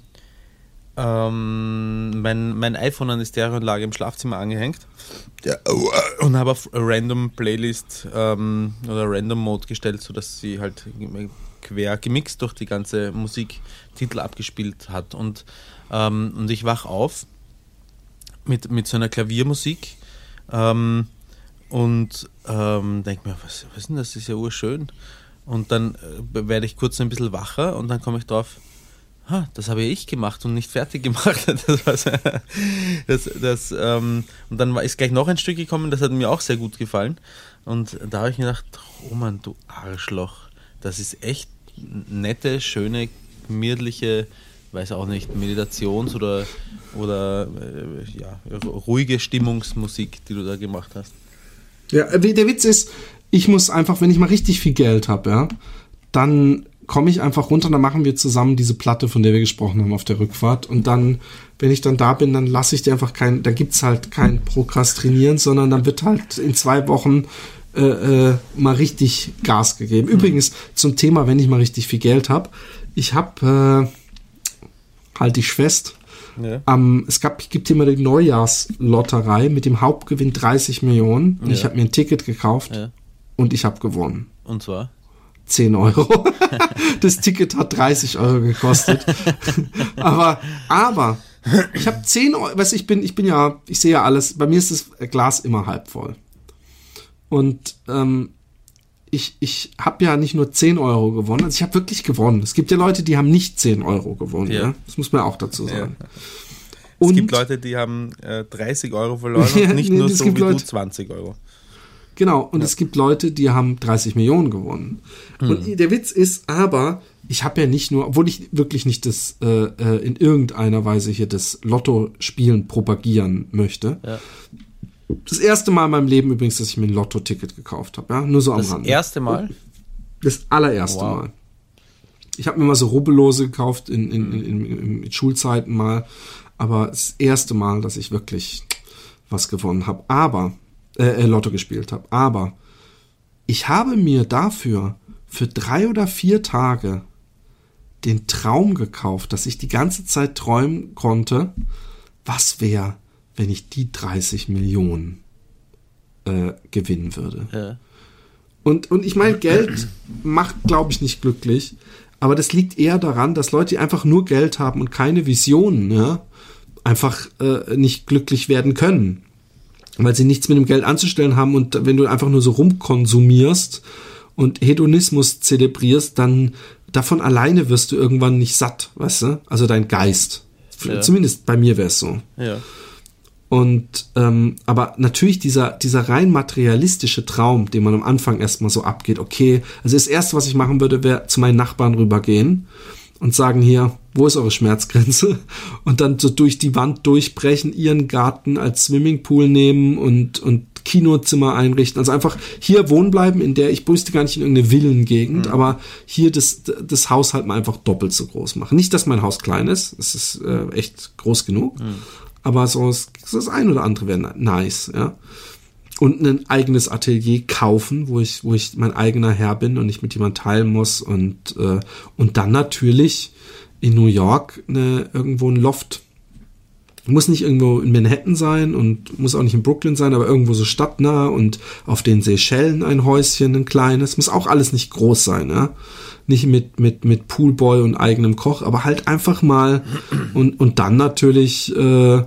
ähm, mein, mein iPhone an die Stereoanlage im Schlafzimmer angehängt ja, und habe auf Random Playlist ähm, oder Random Mode gestellt, sodass sie halt quer gemixt durch die ganze Musiktitel abgespielt hat. Und, ähm, und ich wach auf mit, mit so einer Klaviermusik ähm, und ähm, denke mir, was, was ist denn das? Das ist ja urschön. Und dann äh, werde ich kurz ein bisschen wacher und dann komme ich drauf, ha, das habe ich gemacht und nicht fertig gemacht. Das, das, das, ähm, und dann ist gleich noch ein Stück gekommen, das hat mir auch sehr gut gefallen. Und da habe ich mir gedacht, Roman, du Arschloch, das ist echt nette, schöne, gemütliche, weiß auch nicht, Meditations- oder, oder äh, ja, ruhige Stimmungsmusik, die du da gemacht hast. Ja, der Witz ist, ich muss einfach, wenn ich mal richtig viel Geld habe, ja, dann komme ich einfach runter, dann machen wir zusammen diese Platte, von der wir gesprochen haben auf der Rückfahrt. Und dann, wenn ich dann da bin, dann lasse ich dir einfach kein, da gibt's halt kein Prokrastinieren, sondern dann wird halt in zwei Wochen äh, äh, mal richtig Gas gegeben. Mhm. Übrigens, zum Thema, wenn ich mal richtig viel Geld habe, ich habe, äh, halte ich fest, ja. ähm, es gab, gibt immer die Neujahrslotterei mit dem Hauptgewinn dreißig Millionen. Und ja. ich habe mir ein Ticket gekauft ja. und ich habe gewonnen. Und zwar? zehn Euro. Das Ticket hat dreißig Euro gekostet. aber, aber, ich habe zehn Euro, weißt du, ich bin, ich bin ja, ich sehe ja alles, bei mir ist das Glas immer halb voll. Und ähm, ich, ich habe ja nicht nur zehn Euro gewonnen, also ich habe wirklich gewonnen. Es gibt ja Leute, die haben nicht zehn Euro gewonnen. Ja. Ja? Das muss man auch dazu sagen. Ja. Und es gibt Leute, die haben äh, dreißig Euro verloren und nicht nur so wie Leute, du zwanzig Euro. Genau, und ja. es gibt Leute, die haben dreißig Millionen gewonnen. Mhm. Und der Witz ist aber, ich habe ja nicht nur, obwohl ich wirklich nicht das äh, in irgendeiner Weise hier das Lotto-Spielen propagieren möchte. Ja. Das erste Mal in meinem Leben übrigens, dass ich mir ein Lotto-Ticket gekauft habe. Ja? Nur so am das Rande. Das erste Mal? Das allererste wow. Mal. Ich habe mir mal so Rubbellose gekauft in, in, in, in, in, in Schulzeiten mal. Aber das erste Mal, dass ich wirklich was gewonnen habe. Aber Äh, Lotto gespielt habe. Aber ich habe mir dafür für drei oder vier Tage den Traum gekauft, dass ich die ganze Zeit träumen konnte, was wäre, wenn ich die dreißig Millionen äh, gewinnen würde. Ja. Und, und ich meine, Geld macht, glaube ich, nicht glücklich, aber das liegt eher daran, dass Leute, die einfach nur Geld haben und keine Visionen, ja, einfach äh, nicht glücklich werden können. Weil sie nichts mit dem Geld anzustellen haben und wenn du einfach nur so rumkonsumierst und Hedonismus zelebrierst, dann davon alleine wirst du irgendwann nicht satt, weißt du? Also dein Geist. Ja. Zumindest bei mir wäre es so. Ja. Und ähm, aber natürlich dieser dieser rein materialistische Traum, den man am Anfang erstmal so abgeht, okay, also das Erste, was ich machen würde, wäre zu meinen Nachbarn rübergehen und sagen hier, wo ist eure Schmerzgrenze? Und dann so durch die Wand durchbrechen, ihren Garten als Swimmingpool nehmen und, und Kinozimmer einrichten. Also einfach hier wohnen bleiben, in der, ich wüsste gar nicht in irgendeine Villengegend, mhm. aber hier das, das Haus halt mal einfach doppelt so groß machen. Nicht, dass mein Haus klein ist, es ist äh, echt groß genug, mhm. aber so das, das ein oder andere wäre nice, ja. Und ein eigenes Atelier kaufen, wo ich, wo ich mein eigener Herr bin und nicht mit jemandem teilen muss und, äh, und dann natürlich in New York eine, irgendwo ein Loft. Muss nicht irgendwo in Manhattan sein und muss auch nicht in Brooklyn sein, aber irgendwo so stadtnah und auf den Seychellen ein Häuschen, ein kleines. Muss auch alles nicht groß sein, ja. Nicht mit, mit, mit Poolboy und eigenem Koch, aber halt einfach mal und, und dann natürlich, äh,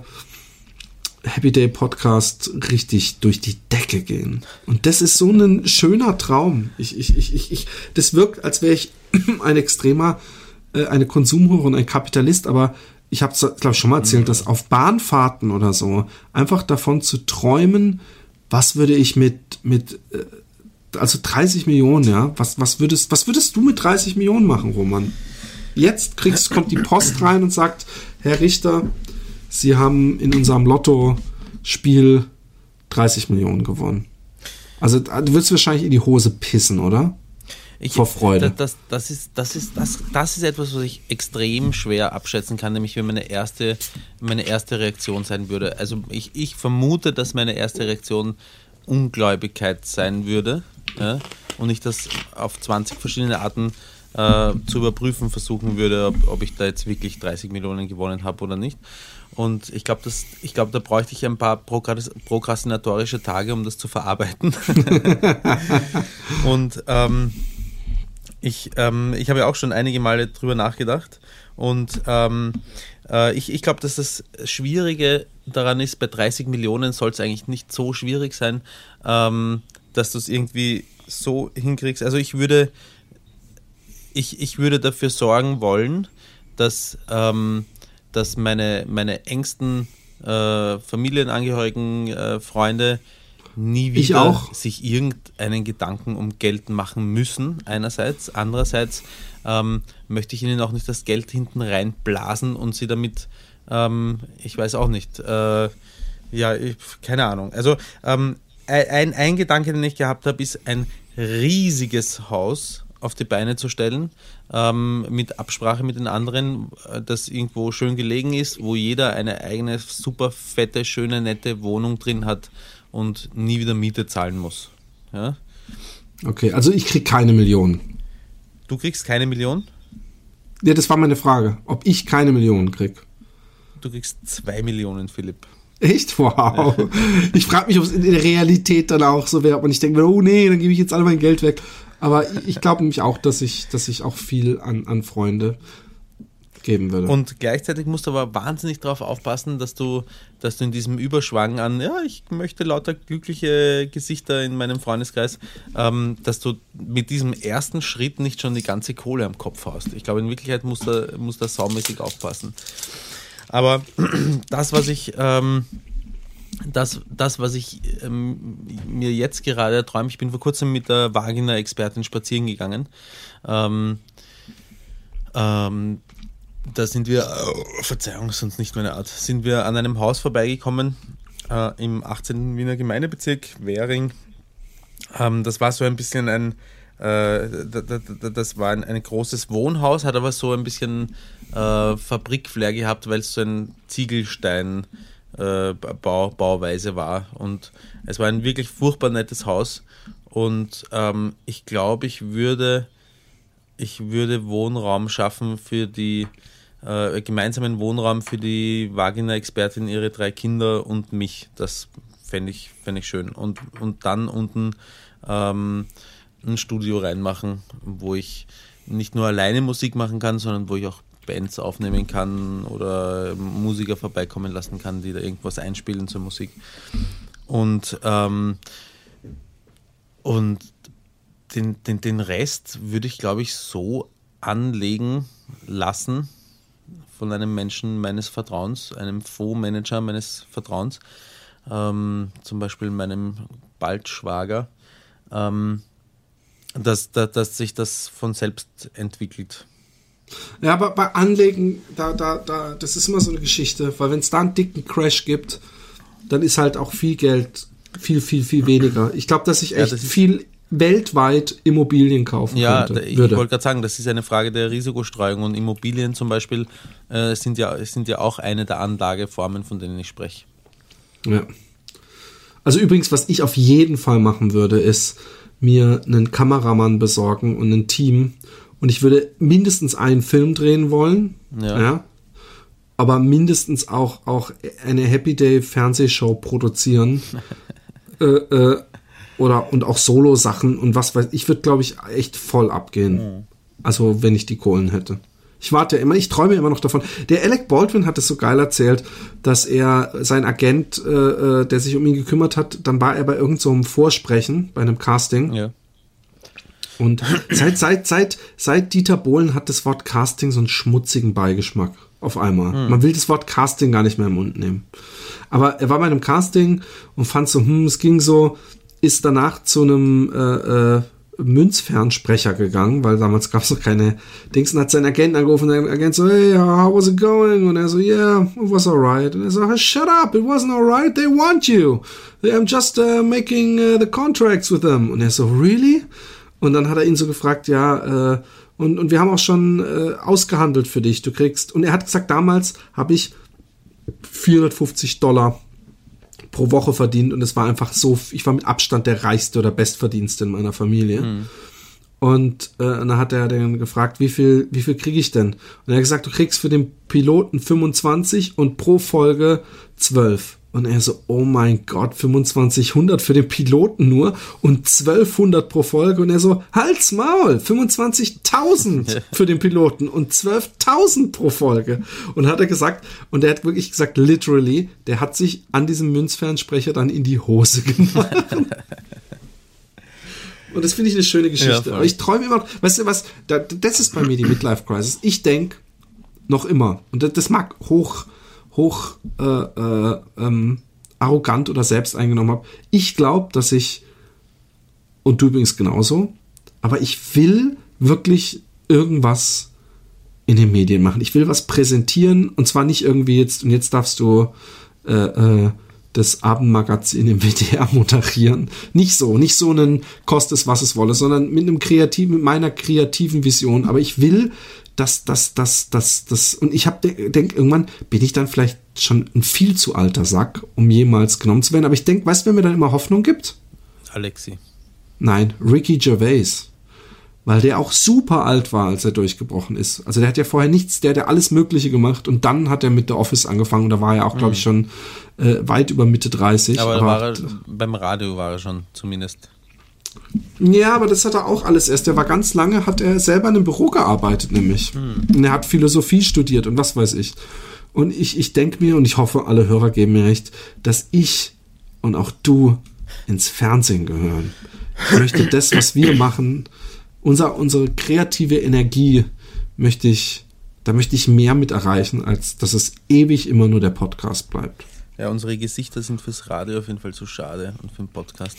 Happy Day Podcast richtig durch die Decke gehen. Und das ist so ein schöner Traum. Ich, ich, ich, ich, ich, das wirkt, als wäre ich ein extremer, äh, eine Konsumhure und ein Kapitalist, aber ich habe es, glaube ich, schon mal erzählt, mhm. dass auf Bahnfahrten oder so einfach davon zu träumen, was würde ich mit, mit, äh, also dreißig Millionen, ja, was, was würdest, was würdest du mit dreißig Millionen machen, Roman? Jetzt kriegst, kommt die Post rein und sagt, Herr Richter, Sie haben in unserem Lotto-Spiel dreißig Millionen gewonnen. Also du würdest wahrscheinlich in die Hose pissen, oder? Ich, Vor Freude. Das, das, ist, das, ist, das, das ist etwas, was ich extrem schwer abschätzen kann, nämlich wie meine erste, meine erste Reaktion sein würde. Also ich, ich vermute, dass meine erste Reaktion Ungläubigkeit sein würde, ja, und ich das auf zwanzig verschiedene Arten äh, zu überprüfen versuchen würde, ob, ob ich da jetzt wirklich dreißig Millionen gewonnen habe oder nicht. Und ich glaube, ich glaube, da bräuchte ich ein paar prokrastinatorische Tage, um das zu verarbeiten. Und ähm, Ich, ähm, ich habe ja auch schon einige Male drüber nachgedacht und ähm, äh, ich, ich glaube, dass das Schwierige daran ist, bei dreißig Millionen soll es eigentlich nicht so schwierig sein, ähm, dass du es irgendwie so hinkriegst. Also ich würde, ich, ich würde dafür sorgen wollen, dass, ähm, dass meine, meine engsten äh, Familienangehörigen, äh, Freunde nie wieder sich irgendeinen Gedanken um Geld machen müssen, einerseits. Andererseits ähm, möchte ich ihnen auch nicht das Geld hinten reinblasen und sie damit, ähm, ich weiß auch nicht, äh, ja, ich, keine Ahnung. Also ähm, ein, ein Gedanke, den ich gehabt habe, ist ein riesiges Haus auf die Beine zu stellen, ähm, mit Absprache mit den anderen, das irgendwo schön gelegen ist, wo jeder eine eigene super fette, schöne, nette Wohnung drin hat und nie wieder Miete zahlen muss. Ja? Okay, also ich krieg keine Million. Du kriegst keine Million? Ja, das war meine Frage, ob ich keine Million krieg. Du kriegst zwei Millionen, Philipp. Echt? Wow. Ja. Ich frage mich, ob es in der Realität dann auch so wäre, und ich denke mir, oh nee, dann gebe ich jetzt alle mein Geld weg. Aber ich glaube nämlich auch, dass ich, dass ich auch viel an, an Freunde geben würde. Und gleichzeitig musst du aber wahnsinnig darauf aufpassen, dass du, dass du in diesem Überschwang an, ja, ich möchte lauter glückliche Gesichter in meinem Freundeskreis, ähm, dass du mit diesem ersten Schritt nicht schon die ganze Kohle am Kopf hast. Ich glaube, in Wirklichkeit musst du, musst du saumäßig aufpassen. Aber das, was ich, ähm, das, das, was ich ähm, mir jetzt gerade erträume, ich bin vor kurzem mit der Vagina-Expertin spazieren gegangen. Ähm, ähm, Da sind wir, oh, Verzeihung, sonst nicht meine Art, sind wir an einem Haus vorbeigekommen äh, im achtzehnten Wiener Gemeindebezirk, Währing. Ähm, das war so ein bisschen ein, äh, d- d- d- das war ein, ein großes Wohnhaus, hat aber so ein bisschen äh, Fabrikflair gehabt, weil es so ein Ziegelstein äh, Bau, Bauweise war. Und es war ein wirklich furchtbar nettes Haus. Und ähm, ich glaube, ich würde, ich würde Wohnraum schaffen für die Äh, gemeinsamen Wohnraum für die Vagina-Expertin, ihre drei Kinder und mich. Das fände ich, fänd ich schön. Und, und dann unten ähm, ein Studio reinmachen, wo ich nicht nur alleine Musik machen kann, sondern wo ich auch Bands aufnehmen kann oder Musiker vorbeikommen lassen kann, die da irgendwas einspielen zur Musik. Und, ähm, und den, den, den Rest würde ich, glaube ich, so anlegen lassen, von einem Menschen meines Vertrauens, einem Fondsmanager meines Vertrauens, ähm, zum Beispiel meinem Baldschwager, ähm, dass, dass, dass sich das von selbst entwickelt. Ja, aber bei Anlegen, da, da, da, das ist immer so eine Geschichte, weil wenn es da einen dicken Crash gibt, dann ist halt auch viel Geld viel, viel, viel weniger. Ich glaube, dass ich echt ja, das viel weltweit Immobilien kaufen ja, könnte. Ja, ich wollte gerade sagen, das ist eine Frage der Risikostreuung und Immobilien zum Beispiel äh, sind, ja, sind ja auch eine der Anlageformen, von denen ich spreche. Ja. Also übrigens, was ich auf jeden Fall machen würde, ist mir einen Kameramann besorgen und ein Team und ich würde mindestens einen Film drehen wollen, ja, ja aber mindestens auch, auch eine Happy Day Fernsehshow produzieren äh, äh, Oder und auch Solo-Sachen und was weiß ich, würde, glaube ich, echt voll abgehen. Mhm. Also, wenn ich die Kohlen hätte. Ich warte ja immer, ich träume immer noch davon. Der Alec Baldwin hat es so geil erzählt, dass er, sein Agent, äh, der sich um ihn gekümmert hat, dann war er bei irgend so einem Vorsprechen, bei einem Casting. Ja. Und seit, seit, seit, seit Dieter Bohlen hat das Wort Casting so einen schmutzigen Beigeschmack. Auf einmal. Mhm. Man will das Wort Casting gar nicht mehr im Mund nehmen. Aber er war bei einem Casting und fand so, hm, es ging so, ist danach zu einem äh, äh, Münzfernsprecher gegangen, weil damals gab es noch keine Dings, und hat seinen Agenten angerufen und der Agent so, hey, how was it going? Und er so, yeah, it was alright. Und er so, shut up, it wasn't alright, they want you. I'm just uh, making uh, the contracts with them. Und er so, really? Und dann hat er ihn so gefragt, ja, äh, und, und wir haben auch schon äh, ausgehandelt für dich, du kriegst, und er hat gesagt, damals habe ich vierhundertfünfzig Dollar pro Woche verdient und es war einfach so, ich war mit Abstand der reichste oder bestverdienste in meiner Familie. Mhm. Und äh, dann hat er dann gefragt, wie viel, wie viel kriege ich denn? Und er hat gesagt, du kriegst für den Piloten fünfundzwanzig und pro Folge zwölf. Und er so, oh mein Gott, fünfundzwanzighundert für den Piloten nur und zwölfhundert pro Folge. Und er so, Halt's Maul, fünfundzwanzigtausend für den Piloten und zwölftausend pro Folge. Und hat er gesagt, und er hat wirklich gesagt, literally, der hat sich an diesem Münzfernsprecher dann in die Hose gemacht. Und das finde ich eine schöne Geschichte. Ja, aber ich träume immer, weißt du was, das ist bei mir die Midlife-Crisis. Ich denke noch immer, und das mag hoch hoch äh, äh, ähm, arrogant oder selbst eingenommen habe. Ich glaube, dass ich, und du übrigens genauso, aber ich will wirklich irgendwas in den Medien machen. Ich will was präsentieren und zwar nicht irgendwie jetzt, und jetzt darfst du äh, äh, das Abendmagazin im W D R moderieren. Nicht so, nicht so einen kost es, was es wolle, sondern mit einem kreativen, mit meiner kreativen Vision. Aber ich will, dass das, das, das, das, und ich habe denke, irgendwann bin ich dann vielleicht schon ein viel zu alter Sack, um jemals genommen zu werden. Aber ich denke, weißt du, wer mir dann immer Hoffnung gibt? Alexi. Nein, Ricky Gervais. Weil der auch super alt war, als er durchgebrochen ist. Also der hat ja vorher nichts, der hat ja alles Mögliche gemacht und dann hat er mit The Office angefangen und da war er auch, glaube ich, schon äh, weit über Mitte dreißig. Aber, aber war er, beim Radio war er schon zumindest. Ja, aber das hat er auch alles erst. Der war ganz lange, hat er selber in einem Büro gearbeitet, nämlich. Hm. Und er hat Philosophie studiert und was weiß ich. Und ich, ich denke mir, und ich hoffe, alle Hörer geben mir recht, dass ich und auch du ins Fernsehen gehören. Ich möchte das, was wir machen, unser, unsere kreative Energie möchte ich, da möchte ich mehr mit erreichen, als dass es ewig immer nur der Podcast bleibt. Ja, unsere Gesichter sind fürs Radio auf jeden Fall zu schade und für den Podcast.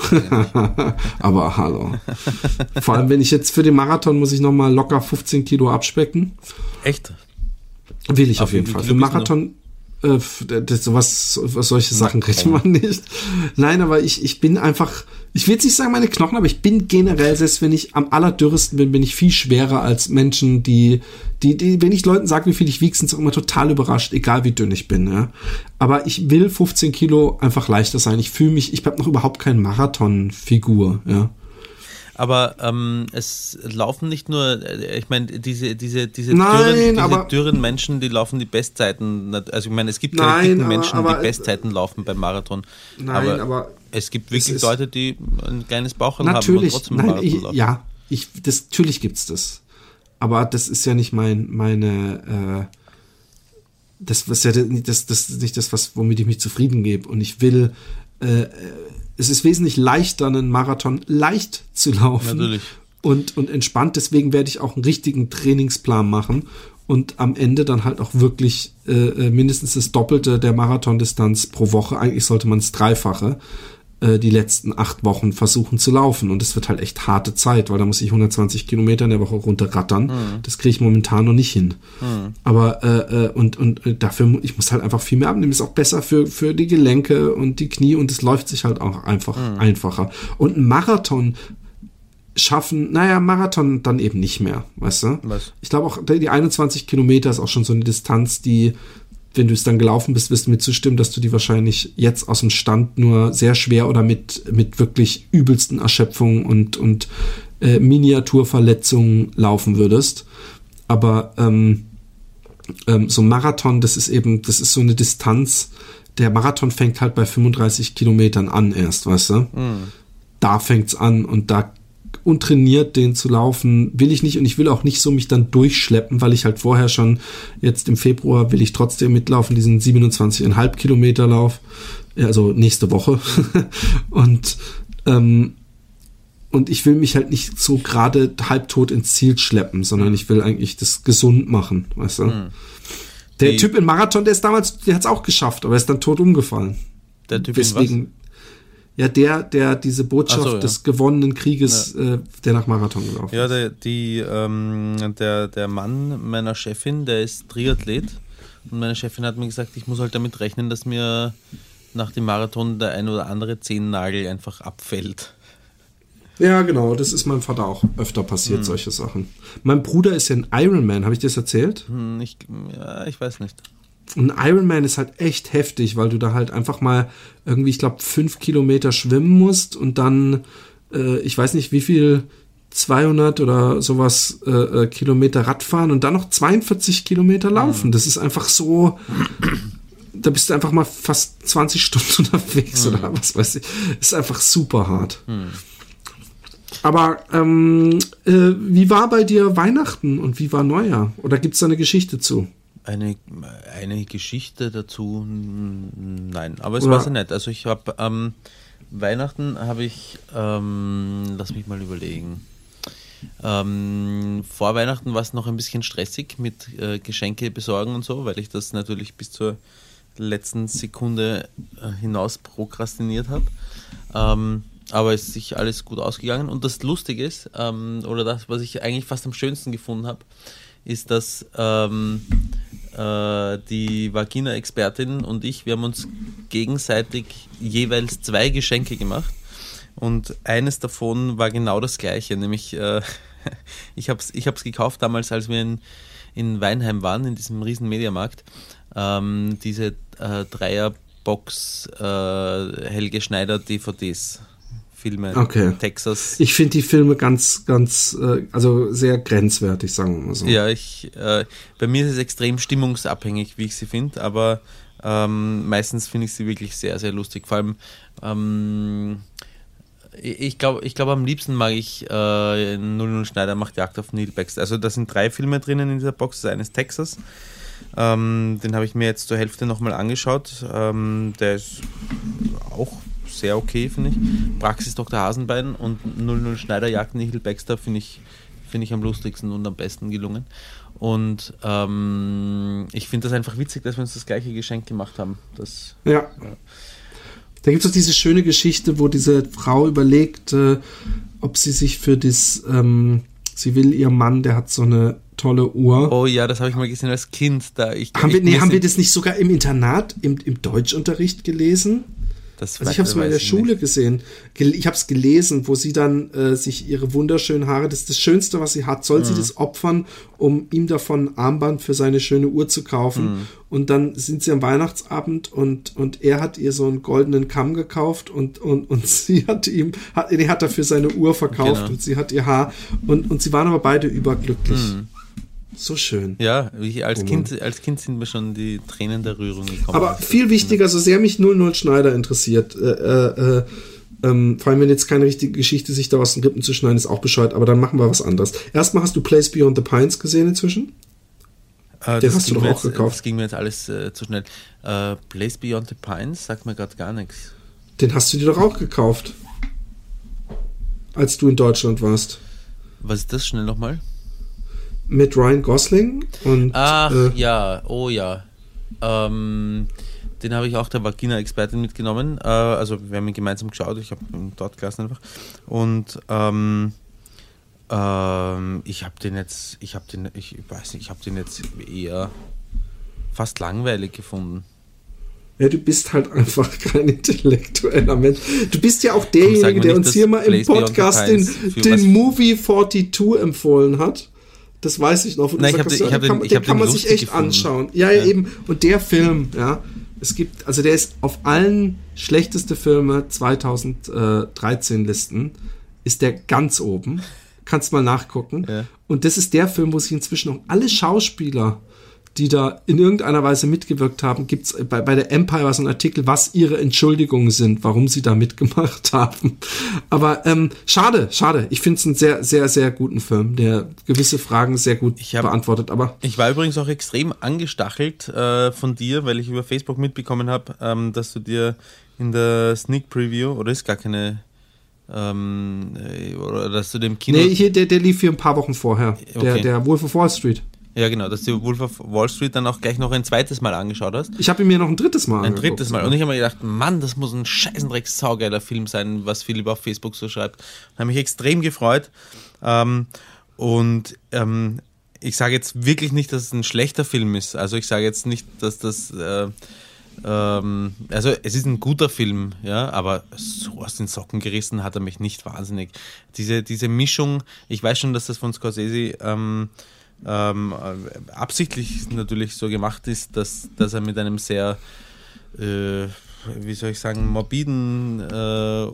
Aber hallo. Vor allem, wenn ich jetzt für den Marathon muss ich nochmal locker fünfzehn Kilo abspecken. Echt? Will ich auf, auf jeden Fall. Für den Marathon, äh, das, sowas, solche Sachen kriegt man nicht. Nein, aber ich, ich bin einfach, ich will jetzt nicht sagen meine Knochen, aber ich bin generell, selbst wenn ich am allerdürresten bin, bin ich viel schwerer als Menschen, die, die, die, wenn ich Leuten sage, wie viel ich wiege, sind sie auch immer total überrascht, egal wie dünn ich bin, ja. Aber ich will fünfzehn Kilo einfach leichter sein. Ich fühle mich, ich habe noch überhaupt keine Marathon-Figur, ja. Aber ähm, es laufen nicht nur, ich meine, diese, diese, diese, Nein, dürren, diese aber, dürren Menschen, die laufen die Bestzeiten. Also ich meine, es gibt keine nein, dicken aber, Menschen, aber, die Bestzeiten laufen beim Marathon. Nein, aber, aber es gibt wirklich es Leute, die ein kleines Bauchel haben und trotzdem nein, Marathon ich, laufen. Ja, ich, das, natürlich gibt's das. Aber das ist ja nicht mein, meine, äh, das ist ja das, das ist nicht das, was, womit ich mich zufrieden gebe. Und ich will, äh, es ist wesentlich leichter, einen Marathon leicht zu laufen. Natürlich. Und, und entspannt. Deswegen werde ich auch einen richtigen Trainingsplan machen und am Ende dann halt auch wirklich äh, mindestens das Doppelte der Marathondistanz pro Woche. Eigentlich sollte man das Dreifache äh, die letzten acht Wochen versuchen zu laufen. Und es wird halt echt harte Zeit, weil da muss ich hundertzwanzig Kilometer in der Woche runterrattern. Mhm. Das kriege ich momentan noch nicht hin. Mhm. Aber äh, und, und dafür, ich muss halt einfach viel mehr abnehmen. Ist auch besser für, für die Gelenke und die Knie und es läuft sich halt auch einfach mhm. einfacher. Und ein Marathon schaffen, naja, Marathon dann eben nicht mehr, weißt du? Was? Ich glaube auch, die einundzwanzig Kilometer ist auch schon so eine Distanz, die, wenn du es dann gelaufen bist, wirst du mir zustimmen, dass du die wahrscheinlich jetzt aus dem Stand nur sehr schwer oder mit, mit wirklich übelsten Erschöpfungen und, und äh, Miniaturverletzungen laufen würdest. Aber ähm, ähm, so ein Marathon, das ist eben, das ist so eine Distanz, der Marathon fängt halt bei fünfunddreißig Kilometern an erst, weißt du? Mhm. Da fängt's an und da untrainiert den zu laufen, will ich nicht und ich will auch nicht so mich dann durchschleppen, weil ich halt vorher schon, jetzt im Februar will ich trotzdem mitlaufen, diesen siebenundzwanzig Komma fünf Kilometer Lauf, also nächste Woche und ähm, und ich will mich halt nicht so gerade halbtot ins Ziel schleppen, sondern ich will eigentlich das gesund machen, weißt du? Mhm. Der Die, Typ im Marathon, der ist damals, der hat's auch geschafft, aber er ist dann tot umgefallen. Der Typ Deswegen, in was? Ja, der, der diese Botschaft so, ja. des gewonnenen Krieges, ja. äh, der nach Marathon gelaufen ja, ist. Ja, die, ähm, der, der Mann meiner Chefin, der ist Triathlet und meine Chefin hat mir gesagt, ich muss halt damit rechnen, dass mir nach dem Marathon der ein oder andere Zehennagel einfach abfällt. Ja, genau, das ist meinem Vater auch öfter passiert, hm. solche Sachen. Mein Bruder ist ja ein Ironman, habe ich dir das erzählt? Hm, ich, ja, ich weiß nicht. Und Ironman ist halt echt heftig, weil du da halt einfach mal irgendwie, ich glaube, fünf Kilometer schwimmen musst und dann, äh, ich weiß nicht wie viel, zweihundert oder sowas äh, Kilometer Radfahren und dann noch zweiundvierzig Kilometer laufen. Das ist einfach so, da bist du einfach mal fast zwanzig Stunden unterwegs mhm. oder was weiß ich. Ist einfach super hart. Mhm. Aber ähm, äh, wie war bei dir Weihnachten und wie war Neujahr? Oder gibt es da eine Geschichte zu? Eine, eine Geschichte dazu? Nein, aber es Oder? war sehr nett. Also ich habe ähm, Weihnachten habe ich, ähm, lass mich mal überlegen. Ähm, vor Weihnachten war es noch ein bisschen stressig mit äh, Geschenke besorgen und so, weil ich das natürlich bis zur letzten Sekunde äh, hinaus prokrastiniert habe. Ähm, aber es ist sich alles gut ausgegangen. Und das Lustige ist, ähm, oder das, was ich eigentlich fast am schönsten gefunden habe, ist, dass ähm, äh, die Vagina-Expertin und ich, wir haben uns gegenseitig jeweils zwei Geschenke gemacht. Und eines davon war genau das gleiche, nämlich äh, ich habe es ich hab's gekauft damals, als wir in, in Weinheim waren, in diesem riesen Mediamarkt, ähm, diese äh, Dreierbox äh, Helge Schneider D V Ds, Filme, okay. Texas. Ich finde die Filme ganz, ganz, äh, also sehr grenzwertig, sagen wir mal so. Ja, ich, äh, bei mir ist es extrem stimmungsabhängig, wie ich sie finde, aber ähm, meistens finde ich sie wirklich sehr, sehr lustig, vor allem ähm, Ich glaube, ich glaub, am liebsten mag ich äh, null null Schneider macht Jagd auf Neil Baxter. Also da sind drei Filme drinnen in dieser Box. Das eine ist Texas. Ähm, den habe ich mir jetzt zur Hälfte nochmal angeschaut. Ähm, der ist auch sehr okay, finde ich. Praxis Doktor Hasenbein und null null Schneider Jagd Neil Baxter finde ich, find ich am lustigsten und am besten gelungen. Und ähm, ich finde das einfach witzig, dass wir uns das gleiche Geschenk gemacht haben. Das, ja. ja. Da gibt es auch diese schöne Geschichte, wo diese Frau überlegt, äh, ob sie sich für das, ähm, sie will ihr Mann, der hat so eine tolle Uhr. Oh ja, das habe ich mal gesehen als Kind. Da ich, haben ich, wir, nee, ich, haben wir das nicht sogar im Internat, im, im Deutschunterricht gelesen? Das also ich habe es mal in der Schule nicht. gesehen. Ich habe es gelesen, wo sie dann äh, sich ihre wunderschönen Haare, das ist das Schönste, was sie hat, soll mhm. sie das opfern, um ihm davon ein Armband für seine schöne Uhr zu kaufen. Mhm. Und dann sind sie am Weihnachtsabend und, und er hat ihr so einen goldenen Kamm gekauft und, und, und sie hat ihm, hat, er hat dafür seine Uhr verkauft genau. und sie hat ihr Haar und, und sie waren aber beide überglücklich. Mhm. So schön. Ja, ich, als, oh kind, als Kind sind mir schon die Tränen der Rührung gekommen. Aber viel wichtiger, so sehr mich null null Schneider interessiert, äh, äh, ähm, vor allem wenn jetzt keine richtige Geschichte sich da aus den Rippen zu schneiden, ist auch bescheuert, aber dann machen wir was anderes. Erstmal hast du Place Beyond the Pines gesehen inzwischen? Äh, Den hast du doch auch jetzt, gekauft. Das ging mir jetzt alles äh, zu schnell. Äh, Place Beyond the Pines sagt mir gerade gar nichts. Den hast du dir doch auch gekauft, als du in Deutschland warst. Was ist das schnell nochmal? Mit Ryan Gosling und ach äh, ja, oh ja. Ähm, den habe ich auch der Vagina-Expertin mitgenommen. Äh, also wir haben ihn gemeinsam geschaut. Ich habe ihn dort gelassen einfach. Und ähm, ähm, ich habe den jetzt, ich habe den, ich weiß nicht, ich habe den jetzt eher fast langweilig gefunden. Ja, du bist halt einfach kein intellektueller Mensch. Du bist ja auch derjenige, der uns hier mal im Podcast den, den Movie zweiundvierzig empfohlen hat. Das weiß ich noch. Nein, ich hab den, ja, ich hab kann, den, den ich kann man den sich echt gefunden. anschauen. Ja, ja, eben. Und der Film, ja, es gibt, also der ist auf allen schlechteste Filme zweitausenddreizehn Listen, ist der ganz oben. Kannst mal nachgucken. Ja. Und das ist der Film, wo sich inzwischen auch alle Schauspieler, die da in irgendeiner Weise mitgewirkt haben, gibt es bei, bei der Empire so einen Artikel, was ihre Entschuldigungen sind, warum sie da mitgemacht haben. Aber ähm, schade, schade. Ich finde es einen sehr, sehr, sehr guten Film, der gewisse Fragen sehr gut ich hab, beantwortet. Aber ich war übrigens auch extrem angestachelt äh, von dir, weil ich über Facebook mitbekommen habe, ähm, dass du dir in der Sneak Preview, oder ist gar keine, ähm, oder dass du dem Kino... Nee, hier, der, der lief hier ein paar Wochen vorher, der, okay. der Wolf of Wall Street. Ja, genau, dass du Wolf of Wall Street dann auch gleich noch ein zweites Mal angeschaut hast. Ich habe ihn mir noch ein drittes Mal angeschaut. Ein drittes Mal. Und ich habe mir gedacht, Mann, das muss ein scheißendreck saugeiler Film sein, was Philipp auf Facebook so schreibt. Da habe mich extrem gefreut. Ähm, und ähm, ich sage jetzt wirklich nicht, dass es ein schlechter Film ist. Also ich sage jetzt nicht, dass das... Äh, ähm, also es ist ein guter Film, ja, aber so aus den Socken gerissen hat er mich nicht wahnsinnig. Diese, diese Mischung, ich weiß schon, dass das von Scorsese... Ähm, Ähm, absichtlich natürlich so gemacht ist, dass, dass er mit einem sehr, äh, wie soll ich sagen, morbiden, äh,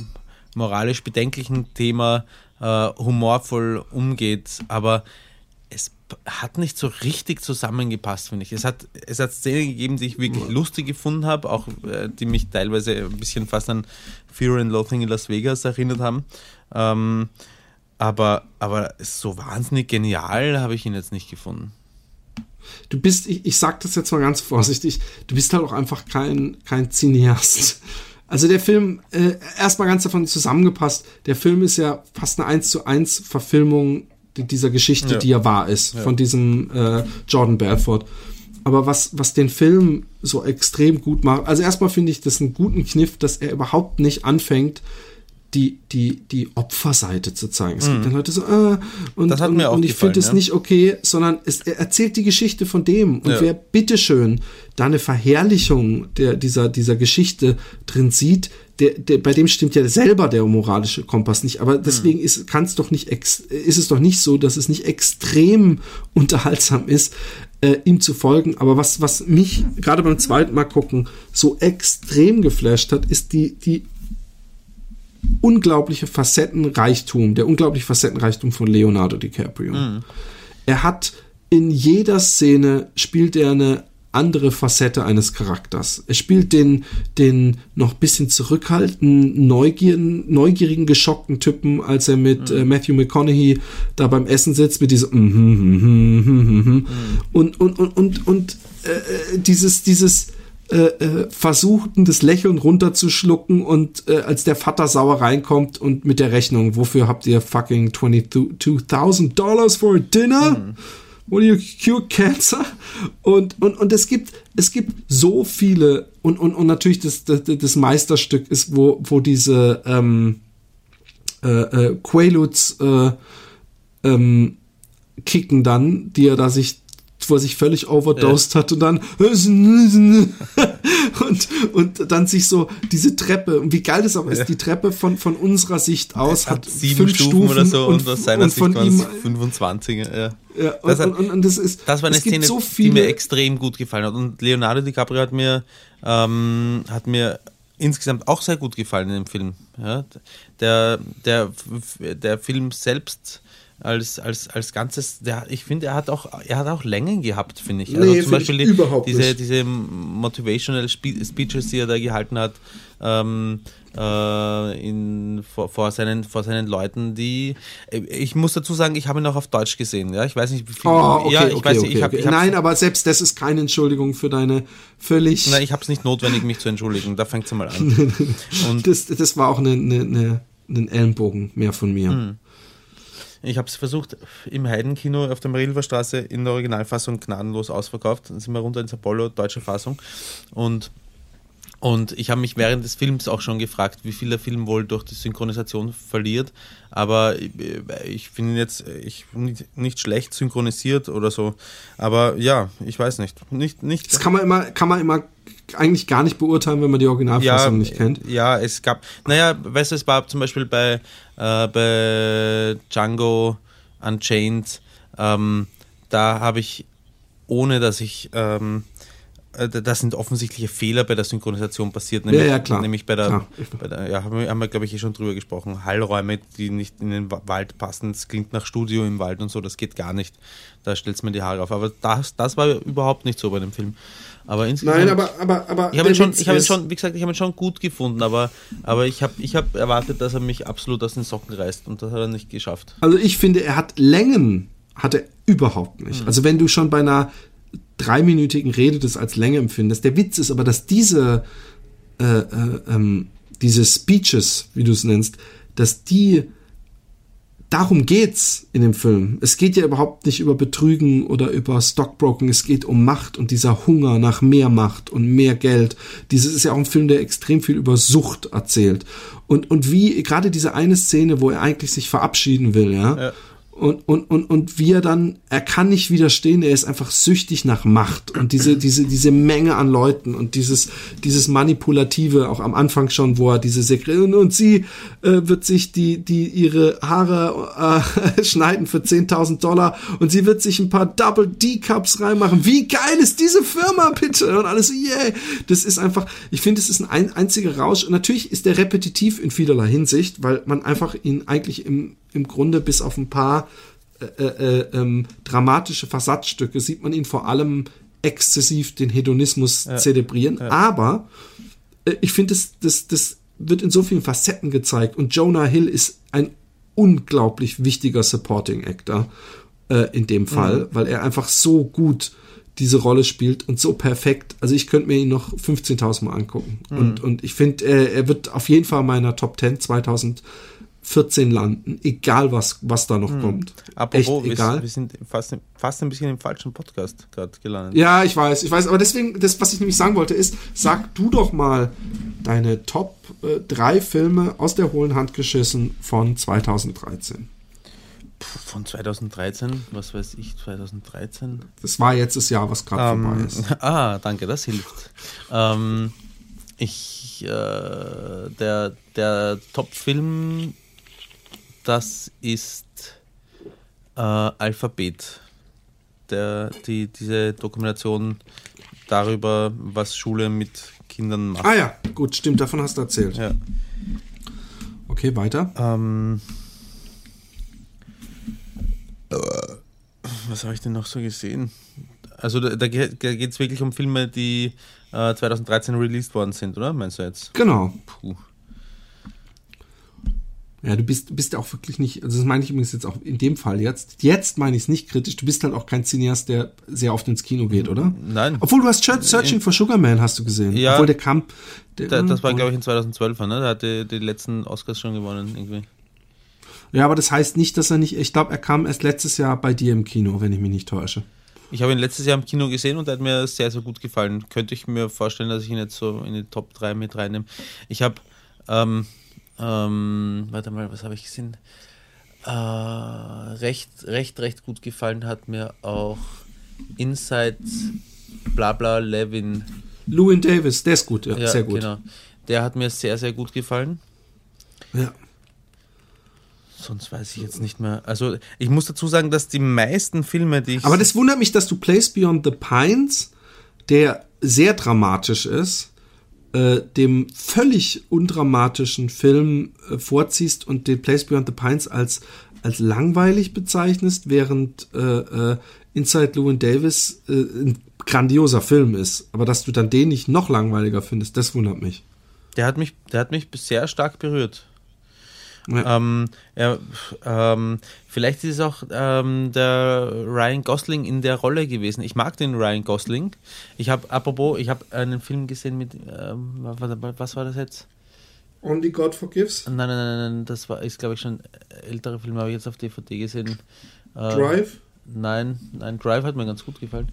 moralisch bedenklichen Thema äh, humorvoll umgeht, aber es hat nicht so richtig zusammengepasst, finde ich. Es hat, es hat Szenen gegeben, die ich wirklich lustig gefunden habe, auch äh, die mich teilweise ein bisschen fast an Fear and Loathing in Las Vegas erinnert haben. Ähm, aber, aber so wahnsinnig genial habe ich ihn jetzt nicht gefunden. Du bist, ich, ich sag das jetzt mal ganz vorsichtig, du bist halt auch einfach kein, kein Cineast. Also der Film, äh, erstmal ganz davon zusammengepasst, der Film ist ja fast eine eins zu eins Verfilmung dieser Geschichte, ja. die ja wahr ist, ja. von diesem äh, Jordan Belfort. Aber was, was den Film so extrem gut macht, also erstmal finde ich das einen guten Kniff, dass er überhaupt nicht anfängt, die, die, die Opferseite zu zeigen. Es mhm. gibt dann Leute so, äh, und, das hat und, mir auch und ich finde es ja. nicht okay, sondern es, er erzählt die Geschichte von dem. Und ja. wer bitteschön da eine Verherrlichung der, dieser, dieser Geschichte drin sieht, der, der, bei dem stimmt ja selber der moralische Kompass nicht. Aber deswegen mhm. ist, kann's doch nicht ex, ist es doch nicht so, dass es nicht extrem unterhaltsam ist, äh, ihm zu folgen. Aber was, was mich gerade beim zweiten Mal gucken so extrem geflasht hat, ist die, die unglaubliche Facettenreichtum, der unglaubliche Facettenreichtum von Leonardo DiCaprio. Mhm. Er hat in jeder Szene spielt er eine andere Facette eines Charakters. Er spielt den, den noch ein bisschen zurückhaltenden, neugierigen, neugierigen, geschockten Typen, als er mit mhm. äh, Matthew McConaughey da beim Essen sitzt, mit diesem mm -hmm, mm -hmm, mm -hmm. Mhm. und, und, und, und, und äh, dieses, dieses Äh, äh, versuchten, das Lächeln runterzuschlucken und äh, als der Vater sauer reinkommt und mit der Rechnung, wofür habt ihr fucking twenty-two thousand dollars for a dinner? Mhm. What do you cure cancer? Und, und, und es gibt, es gibt so viele und, und, und natürlich das, das, das Meisterstück ist, wo, wo diese ähm, äh, äh, Quaaludes äh, ähm, kicken dann, die er da sich wo er sich völlig overdosed ja. hat und dann und, und dann sich so diese Treppe, und wie geil das auch ist, ja. die Treppe von, von unserer Sicht aus hat, hat sieben fünf Stufen, Stufen oder so und, und aus seiner Sicht von ihm fünfundzwanzig. Ja. Ja, und, das, hat, und, und das ist das war eine Szene, so die mir extrem gut gefallen hat, und Leonardo DiCaprio hat mir ähm, hat mir insgesamt auch sehr gut gefallen in dem Film. Ja, der, der, der Film selbst als, als, als Ganzes, der, ich finde, er hat auch, er hat auch Längen gehabt, finde ich. Also nee, zum Beispiel ich die, diese, diese motivational Speeches, die er da gehalten hat, ähm, äh, in, vor, vor, seinen, vor seinen Leuten, die, ich muss dazu sagen, ich habe ihn auch auf Deutsch gesehen, ja, ich weiß nicht, wie viel. Oh, okay, ja, ich okay, weiß okay, nicht, ich hab, okay. ich Nein, aber selbst das ist keine Entschuldigung für deine völlig... Nein, ich habe es nicht notwendig, mich zu entschuldigen, da fängt es mal an. Und das, das war auch eine, eine, eine, ein Ellenbogen mehr von mir. Hm. Ich habe es versucht, im Heidenkino auf der Marilfer Straße in der Originalfassung gnadenlos ausverkauft. Dann sind wir runter ins Apollo, deutsche Fassung. Und, und ich habe mich während des Films auch schon gefragt, wie viel der Film wohl durch die Synchronisation verliert. Aber ich, ich finde ihn jetzt ich, nicht, nicht schlecht synchronisiert oder so. Aber ja, ich weiß nicht. nicht, nicht das kann man immer, kann man immer eigentlich gar nicht beurteilen, wenn man die Originalfassung ja, nicht kennt. Ja, es gab, naja, weißt du, es war zum Beispiel bei, äh, bei Django Unchained, ähm, da habe ich, ohne dass ich, ähm, äh, da sind offensichtliche Fehler bei der Synchronisation passiert, nämlich, ja, ja, klar. nämlich bei der, klar. bei der ja, haben wir, haben wir glaube ich eh schon drüber gesprochen, Hallräume, die nicht in den Wald passen, es klingt nach Studio im Wald und so, das geht gar nicht, da stellt es mir die Haare auf, aber das, das war überhaupt nicht so bei dem Film. Aber insgesamt, Nein, aber, aber, aber ich habe ihn schon, ich habe ihn schon, wie gesagt, ich habe ihn schon gut gefunden, aber, aber ich habe ich hab erwartet, dass er mich absolut aus den Socken reißt, und das hat er nicht geschafft. Also ich finde, er hat Längen, hat er überhaupt nicht. Mhm. Also wenn du schon bei einer dreiminütigen Rede das als Länge empfindest, der Witz ist aber, dass diese äh, äh, ähm, diese Speeches, wie du es nennst, dass die darum geht's in dem Film. Es geht ja überhaupt nicht über Betrügen oder über Stockbroken. Es geht um Macht und dieser Hunger nach mehr Macht und mehr Geld. Dieses ist ja auch ein Film, der extrem viel über Sucht erzählt. Und, und wie, gerade diese eine Szene, wo er eigentlich sich verabschieden will, ja. ja. Und, und, und, und wie er dann, er kann nicht widerstehen, er ist einfach süchtig nach Macht und diese, diese, diese Menge an Leuten und dieses, dieses Manipulative, auch am Anfang schon, wo er diese Sekretärin, und sie äh, wird sich die, die, ihre Haare äh, schneiden für zehntausend Dollar und sie wird sich ein paar Double D-Cups reinmachen. Wie geil ist diese Firma, bitte? Und alles so, yeah. Das ist einfach, ich finde, es ist ein einziger Rausch und natürlich ist der repetitiv in vielerlei Hinsicht, weil man einfach ihn eigentlich im im Grunde bis auf ein paar äh, äh, ähm, dramatische Versatzstücke sieht man ihn vor allem exzessiv den Hedonismus ja. zelebrieren. Ja. Aber äh, ich finde, das, das, das wird in so vielen Facetten gezeigt. Und Jonah Hill ist ein unglaublich wichtiger Supporting Actor äh, in dem Fall, mhm. weil er einfach so gut diese Rolle spielt und so perfekt. Also ich könnte mir ihn noch fünfzehntausend Mal angucken. Mhm. Und, und ich finde, er, er wird auf jeden Fall in meiner Top zehn zweitausendvierzehn landen, egal was, was da noch mhm. kommt. Apropos, Echt egal. Wir, wir sind fast, fast ein bisschen im falschen Podcast gerade gelandet. Ja, ich weiß, ich weiß. Aber deswegen, das, was ich nämlich sagen wollte, ist, sag du doch mal deine Top äh, drei Filme aus der hohlen Hand geschissen von zweitausenddreizehn. Von zweitausenddreizehn, was weiß ich, zweitausenddreizehn? Das war jetzt das Jahr, was gerade ähm, vorbei ist. Ah, danke, das hilft. ähm, ich, äh, der, der Top-Film, das ist äh, Alphabet. Der, die, diese Dokumentation darüber, was Schule mit Kindern macht. Ah ja, gut, stimmt, davon hast du erzählt. Ja. Okay, weiter. Ähm, Was habe ich denn noch so gesehen? Also da, da geht es wirklich um Filme, die äh, zweitausenddreizehn released worden sind, oder? Meinst du jetzt? Genau. Puh. Ja, du bist, bist ja auch wirklich nicht, also das meine ich übrigens jetzt auch in dem Fall jetzt. Jetzt meine ich es nicht kritisch, du bist halt auch kein Cineast, der sehr oft ins Kino geht, oder? Nein. Obwohl du hast Searching for Sugar Man hast du gesehen. Ja. Obwohl der kam. Der, da, das war, glaube ich, in zweitausendzwölf, ne? Der hatte die letzten Oscars schon gewonnen, irgendwie. Ja, aber das heißt nicht, dass er nicht, ich glaube, er kam erst letztes Jahr bei dir im Kino, wenn ich mich nicht täusche. Ich habe ihn letztes Jahr im Kino gesehen und er hat mir sehr, sehr gut gefallen. Könnte ich mir vorstellen, dass ich ihn jetzt so in die Top drei mit reinnehme. Ich habe, ähm, ähm, warte mal, was habe ich gesehen? Äh, recht, recht, recht gut gefallen hat mir auch Inside Blabla Levin. Llewyn Davis, der ist gut, ja, ja sehr gut. Genau. Der hat mir sehr, sehr gut gefallen. Ja. Sonst weiß ich jetzt nicht mehr. Also ich muss dazu sagen, dass die meisten Filme, die ich... Aber das wundert mich, dass du Place Beyond the Pines, der sehr dramatisch ist, äh, dem völlig undramatischen Film äh, vorziehst und den Place Beyond the Pines als, als langweilig bezeichnest, während äh, äh, Inside Llewyn Davis äh, ein grandioser Film ist. Aber dass du dann den nicht noch langweiliger findest, das wundert mich. Der hat mich, der hat mich sehr stark berührt. Ja. Ähm, ja, ähm, vielleicht ist es auch ähm, der Ryan Gosling in der Rolle gewesen. Ich mag den Ryan Gosling. Ich habe, apropos, ich habe einen Film gesehen mit, ähm, was, was war das jetzt? Only God Forgives? Nein, nein, nein, nein, das war, ist glaube ich schon ältere Film, habe ich jetzt auf D V D gesehen. Äh, Drive? Nein, nein, Drive hat mir ganz gut gefallen.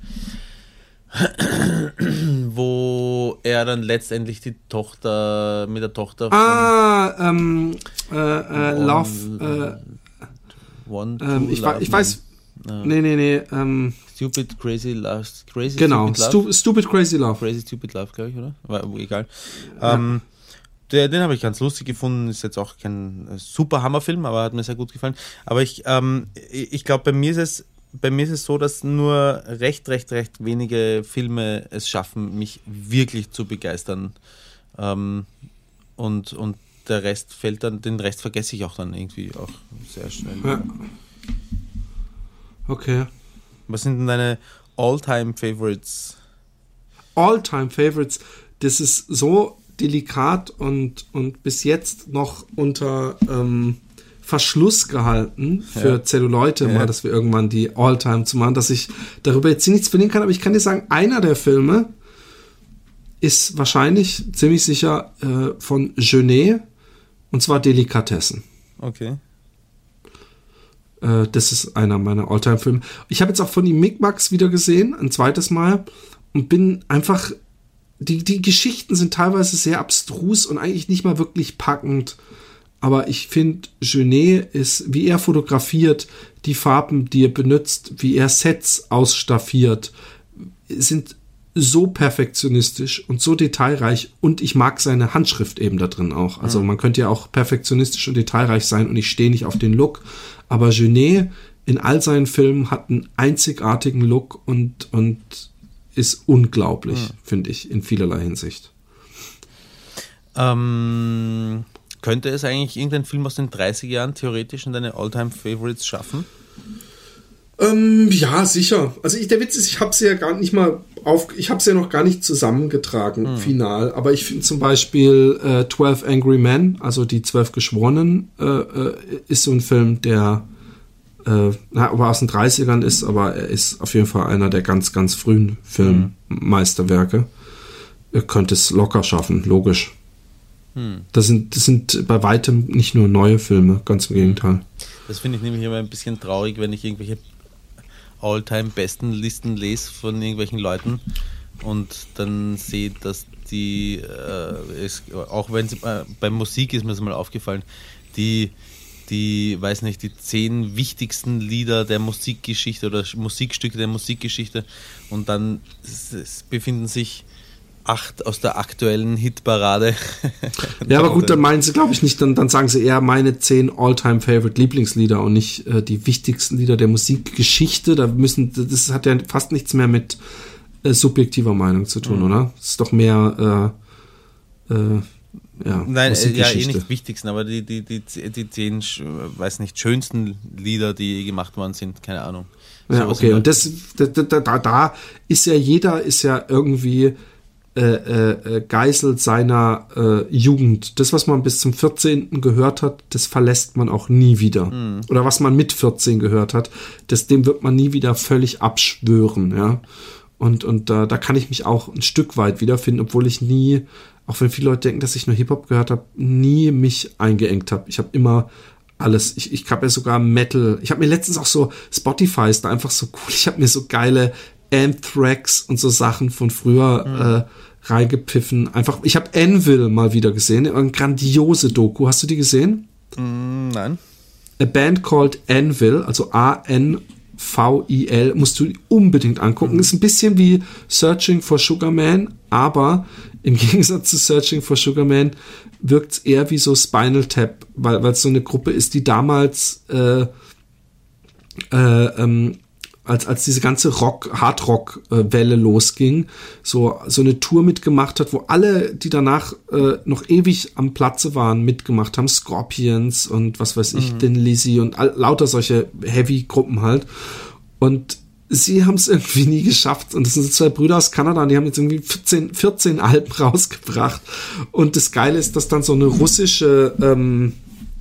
Wo er dann letztendlich die Tochter mit der Tochter von Ah, ähm, äh, äh, one, Love äh, one, ähm, ich, love ich weiß no. nee, nee, nee ähm, Stupid Crazy Love Crazy genau, Stupid Love Stu- Stupid Crazy Love Crazy Stupid Love, glaube ich, oder? War, egal ja. ähm, der, den habe ich ganz lustig gefunden, ist jetzt auch kein super Hammerfilm, aber hat mir sehr gut gefallen, aber ich, ähm, ich glaube, bei mir ist es Bei mir ist es so, dass nur recht, recht, recht wenige Filme es schaffen, mich wirklich zu begeistern. Ähm, und, und der Rest fällt dann, den Rest vergesse ich auch dann irgendwie auch sehr schnell. Ja. Okay. Was sind denn deine All-Time-Favorites? All-Time-Favorites, das ist so delikat und, und bis jetzt noch unter ähm, Verschluss gehalten für ja. Zelluleute, ja. mal, dass wir irgendwann die All-Time zu machen, dass ich darüber jetzt nichts verlieren kann, aber ich kann dir sagen, einer der Filme ist wahrscheinlich ziemlich sicher äh, von Jeunet, und zwar Delikatessen. Okay. Äh, das ist einer meiner All-Time-Filme. Ich habe jetzt auch von ihm Micmacs wieder gesehen, ein zweites Mal, und bin einfach, die, die Geschichten sind teilweise sehr abstrus und eigentlich nicht mal wirklich packend. Aber ich finde, Jeunet ist, wie er fotografiert, die Farben, die er benutzt, wie er Sets ausstaffiert, sind so perfektionistisch und so detailreich. Und ich mag seine Handschrift eben da drin auch. Also man könnte ja auch perfektionistisch und detailreich sein und ich stehe nicht auf den Look. Aber Jeunet in all seinen Filmen hat einen einzigartigen Look und, und ist unglaublich, ja. finde ich, in vielerlei Hinsicht. Ähm... Könnte es eigentlich irgendein Film aus den dreißiger Jahren theoretisch in deine All-Time-Favorites schaffen? Ähm, ja, sicher. Also ich, der Witz ist, ich habe sie ja gar nicht mal auf, ich habe sie ja noch gar nicht zusammengetragen, hm. final. Aber ich finde zum Beispiel äh, twelve Angry Men, also die zwölf Geschworenen, äh, äh, ist so ein Film, der äh, na, ob er aus den dreißigern ist, aber er ist auf jeden Fall einer der ganz, ganz frühen Filmmeisterwerke. Hm. Er könnte es locker schaffen, logisch. Hm. Das sind, das sind bei weitem nicht nur neue Filme, ganz im Gegenteil. Das finde ich nämlich immer ein bisschen traurig, wenn ich irgendwelche All-Time-Besten-Listen lese von irgendwelchen Leuten und dann sehe, dass die, äh, es, auch wenn es äh, bei Musik ist mir das mal aufgefallen, die, die, weiß nicht, die zehn wichtigsten Lieder der Musikgeschichte oder Musikstücke der Musikgeschichte und dann es, es befinden sich acht aus der aktuellen Hitparade. Ja, aber gut, dann meinen sie, glaube ich, nicht, dann, dann sagen sie eher meine zehn All-Time-Favorite-Lieblingslieder und nicht äh, die wichtigsten Lieder der Musikgeschichte. Da müssen, das hat ja fast nichts mehr mit äh, subjektiver Meinung zu tun, mhm. oder? Das ist doch mehr äh, äh, ja, Nein, äh, ja, eh nicht wichtigsten, aber die, die, die, die zehn, weiß nicht, schönsten Lieder, die gemacht worden sind, keine Ahnung. Ja, okay, und das, da, da, da, da ist ja jeder, ist ja irgendwie Äh, äh, Geißel seiner äh, Jugend. Das, was man bis zum vierzehnten gehört hat, das verlässt man auch nie wieder. Mhm. Oder was man mit vierzehn gehört hat, das, dem wird man nie wieder völlig abschwören, ja. Und, und äh, da kann ich mich auch ein Stück weit wiederfinden, obwohl ich nie, auch wenn viele Leute denken, dass ich nur Hip-Hop gehört habe, nie mich eingeengt habe. Ich habe immer alles. Ich, ich habe ja sogar Metal. Ich habe mir letztens auch so, Spotify ist da einfach so cool. Ich habe mir so geile Anthrax und so Sachen von früher mhm. äh, reingepfiffen. Einfach, ich habe Anvil mal wieder gesehen, eine grandiose Doku. Hast du die gesehen? Mm, nein. A Band Called Anvil, also A N V I L, musst du unbedingt angucken. Mhm. Ist ein bisschen wie Searching for Sugar Man, aber im Gegensatz zu Searching for Sugar Man wirkt es eher wie so Spinal Tap, weil es so eine Gruppe ist, die damals äh, äh, ähm, als als diese ganze Rock Hardrock äh, Welle losging, so so eine Tour mitgemacht hat, wo alle, die danach äh, noch ewig am Platze waren, mitgemacht haben, Scorpions und was weiß ich, mhm. Thin Lizzy und all, lauter solche Heavy Gruppen halt, und sie haben es irgendwie nie geschafft, und das sind zwei Brüder aus Kanada und die haben jetzt irgendwie vierzehn, vierzehn Alben rausgebracht, und das Geile ist, dass dann so eine russische ähm,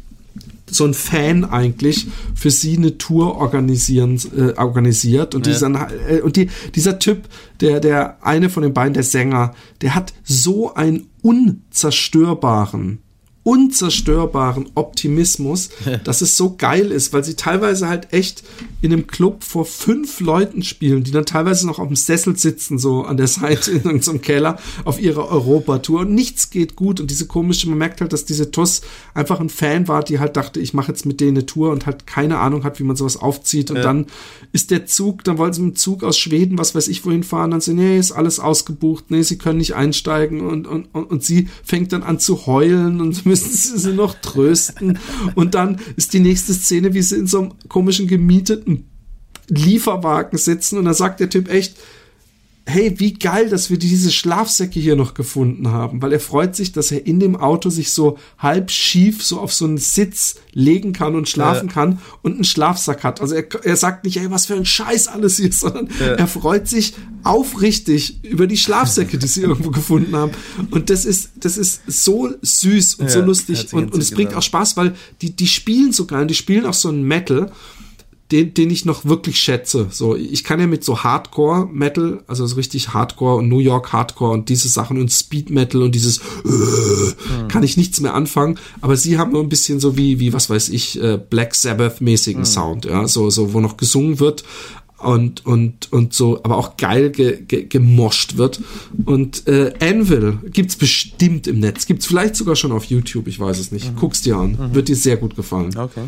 so ein Fan eigentlich für sie eine Tour organisieren, äh, organisiert, und, ja. dieser, äh, und die, dieser Typ, der, der eine von den beiden, der Sänger, der hat so einen unzerstörbaren, unzerstörbaren Optimismus, dass es so geil ist, weil sie teilweise halt echt in einem Club vor fünf Leuten spielen, die dann teilweise noch auf dem Sessel sitzen, so an der Seite in irgendeinem Keller auf ihrer Europatour, und nichts geht gut, und diese komische, man merkt halt, dass diese Tuss einfach ein Fan war, die halt dachte, ich mache jetzt mit denen eine Tour, und halt keine Ahnung hat, wie man sowas aufzieht, und ja. dann ist der Zug, dann wollen sie mit dem Zug aus Schweden, was weiß ich, wohin fahren, dann so, nee, ist alles ausgebucht, nee, sie können nicht einsteigen, und, und, und, und sie fängt dann an zu heulen, und müssen sie sie noch trösten, und dann ist die nächste Szene, wie sie in so einem komischen gemieteten Lieferwagen sitzen, und dann sagt der Typ echt, hey, wie geil, dass wir diese Schlafsäcke hier noch gefunden haben, weil er freut sich, dass er in dem Auto sich so halb schief so auf so einen Sitz legen kann und schlafen ja. kann und einen Schlafsack hat. Also er, er sagt nicht, ey, was für ein Scheiß alles hier, sondern ja. er freut sich aufrichtig über die Schlafsäcke, die sie irgendwo gefunden haben. Und das ist, das ist so süß und ja, so lustig, und, und es bringt auch Spaß, weil die, die spielen sogar, die spielen auch so einen Metal, Den, den ich noch wirklich schätze. So, ich kann ja mit so Hardcore-Metal, also so richtig Hardcore und New York Hardcore und diese Sachen und Speed-Metal und dieses äh, hm. kann ich nichts mehr anfangen, aber sie haben nur ein bisschen so wie, wie was weiß ich, äh, Black Sabbath-mäßigen hm. Sound, ja, so, so, wo noch gesungen wird und, und, und so, aber auch geil ge, ge, gemoscht wird. Und äh, Anvil gibt's bestimmt im Netz, gibt's vielleicht sogar schon auf YouTube, ich weiß es nicht. Mhm. Guck's dir an, mhm. wird dir sehr gut gefallen. Okay.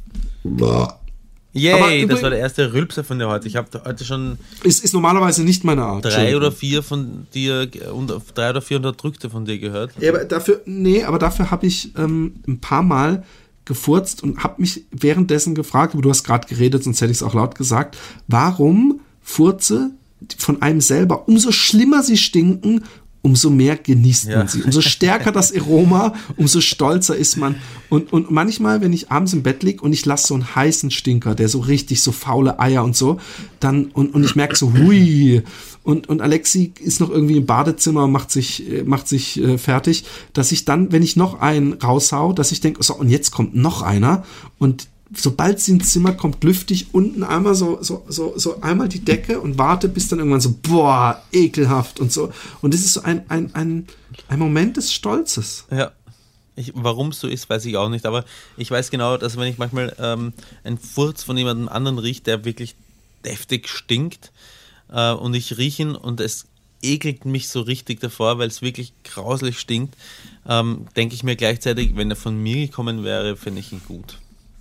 Boah. Yay, das war der erste Rülpser von dir heute. Ich habe heute schon. Es ist normalerweise nicht meine Art. Drei oder vier von dir, drei oder vier Unterdrückte von dir gehört. Ja, aber dafür, nee, aber dafür habe ich ähm, ein paar Mal gefurzt und habe mich währenddessen gefragt, aber du hast gerade geredet, sonst hätte ich es auch laut gesagt, warum Furze von einem selber, umso schlimmer sie stinken, umso mehr genießt Ja. man sie. Umso stärker das Aroma, umso stolzer ist man. Und, und manchmal, wenn ich abends im Bett liege und ich lasse so einen heißen Stinker, der so richtig so faule Eier und so, dann, und, und ich merke so, hui, und, und Alexi ist noch irgendwie im Badezimmer, macht sich, äh, macht sich äh, fertig, dass ich dann, wenn ich noch einen raushau, dass ich denke, so, und jetzt kommt noch einer, und sobald sie ins Zimmer kommt, lüfte ich unten einmal so, so, so, so einmal die Decke und warte, bis dann irgendwann so, boah, ekelhaft und so. Und das ist so ein, ein, ein, ein Moment des Stolzes. Ja. Warum es so ist, weiß ich auch nicht, aber ich weiß genau, dass wenn ich manchmal ähm, einen Furz von jemandem anderen rieche, der wirklich deftig stinkt, äh, und ich rieche ihn und es ekelt mich so richtig davor, weil es wirklich grauslich stinkt, ähm, denke ich mir gleichzeitig, wenn er von mir gekommen wäre, fände ich ihn gut.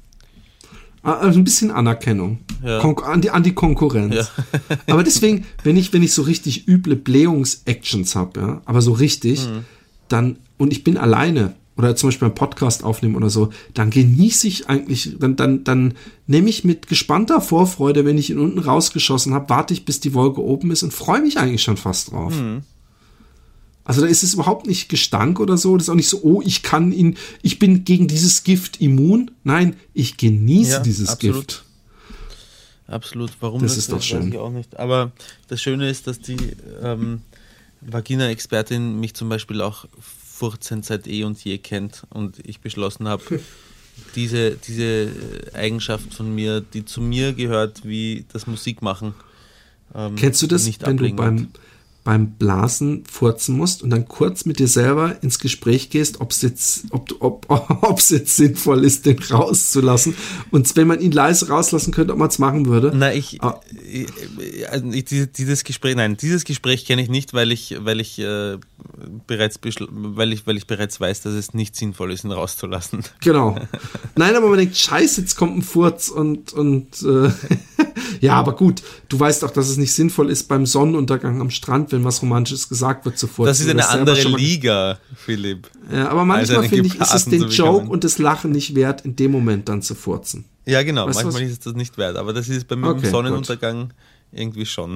Also ein bisschen Anerkennung. Ja. Konkur- an, die, an die Konkurrenz. Ja. Aber deswegen, wenn ich, wenn ich so richtig üble Blähungs-Actions habe, ja, aber so richtig, mhm. dann, und ich bin alleine, oder zum Beispiel einen Podcast aufnehmen oder so, dann genieße ich eigentlich, dann, dann, dann nehme ich mit gespannter Vorfreude, wenn ich ihn unten rausgeschossen habe, warte ich, bis die Wolke oben ist und freue mich eigentlich schon fast drauf. Mhm. Also da ist es überhaupt nicht Gestank oder so. Das ist auch nicht so, oh, ich kann ihn, ich bin gegen dieses Gift immun. Nein, ich genieße ja, dieses absolut. Gift. Absolut. Warum das, das ist doch weiß schön. Ich auch nicht. Aber das Schöne ist, dass die ähm, Vagina-Expertin mich zum Beispiel auch furzen seit eh und je kennt und ich beschlossen habe, diese, diese Eigenschaft von mir, die zu mir gehört, wie das Musikmachen, ähm, kennst du das, nicht wenn du ablegen beim wird. beim Blasen furzen musst und dann kurz mit dir selber ins Gespräch gehst, ob es jetzt, ob, ob, ob es jetzt sinnvoll ist, den rauszulassen. Und wenn man ihn leise rauslassen könnte, ob man es machen würde. Nein, ich, ah. ich, ich dieses Gespräch, nein, dieses Gespräch kenne ich nicht, weil ich, weil ich äh, bereits beschl- weil ich, weil ich bereits weiß, dass es nicht sinnvoll ist, ihn rauszulassen. Genau. Nein, aber man denkt, scheiße, jetzt kommt ein Furz und, und äh, ja, aber gut, du weißt auch, dass es nicht sinnvoll ist beim Sonnenuntergang am Strand, wenn was Romantisches gesagt wird, zu furzen. Das ist eine andere Liga, Philipp. Ja, aber manchmal finde ich, ist es den Joke und das Lachen nicht wert, in dem Moment dann zu furzen. Ja, genau, weißt manchmal ist es das nicht wert, aber das ist bei mir okay, im Sonnenuntergang gut. irgendwie schon.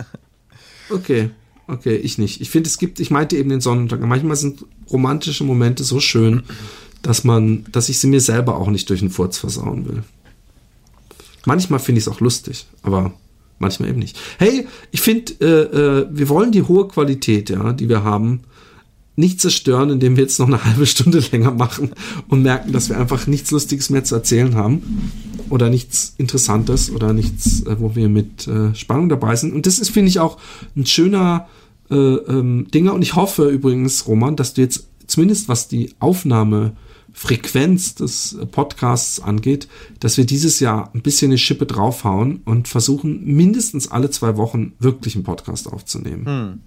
Okay, okay, ich nicht. Ich finde, es gibt, ich meinte eben den Sonnenuntergang. Manchmal sind romantische Momente so schön, dass man, dass ich sie mir selber auch nicht durch den Furz versauen will. Manchmal finde ich es auch lustig, aber manchmal eben nicht. Hey, ich finde, äh, äh, wir wollen die hohe Qualität, ja, die wir haben, nicht zerstören, indem wir jetzt noch eine halbe Stunde länger machen und merken, dass wir einfach nichts Lustiges mehr zu erzählen haben oder nichts Interessantes oder nichts, äh, wo wir mit äh, Spannung dabei sind. Und das ist, finde ich, auch ein schöner äh, ähm, Dinger. Und ich hoffe übrigens, Roman, dass du jetzt zumindest, was die Aufnahme Frequenz des Podcasts angeht, dass wir dieses Jahr ein bisschen eine Schippe draufhauen und versuchen, mindestens alle zwei Wochen wirklich einen Podcast aufzunehmen. Hm.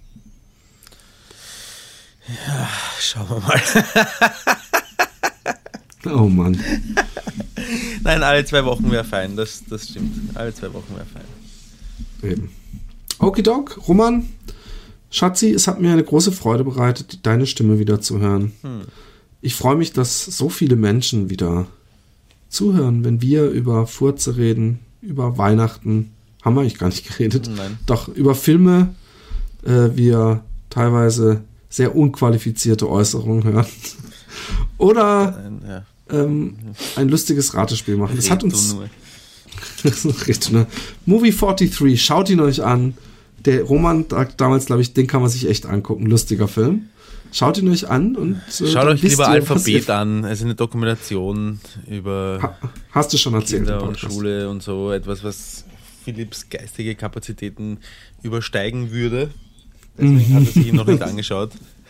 Ja, schauen wir mal. Oh Mann. Nein, alle zwei Wochen wäre fein, das, das stimmt. Alle zwei Wochen wäre fein. Eben. Okidok, Roman, Schatzi, es hat mir eine große Freude bereitet, deine Stimme wieder zu hören. Hm. Ich freue mich, dass so viele Menschen wieder zuhören, wenn wir über Furze reden, über Weihnachten. Haben wir eigentlich gar nicht geredet. Nein. Doch über Filme, äh, wir teilweise sehr unqualifizierte Äußerungen hören. Oder ja. ähm, ein lustiges Ratespiel machen. Das hat uns... Movie dreiundvierzig, schaut ihn euch an. Der Roman sagt damals, glaube ich, den kann man sich echt angucken. Lustiger Film. Schaut ihn euch an und äh, schaut euch lieber ihr, Alphabet an. Es ist eine Dokumentation über ha, hast du schon erzählt, Kinder und Schule und so. Etwas, was Philipps geistige Kapazitäten übersteigen würde. Deswegen hat er sich ihn noch nicht angeschaut.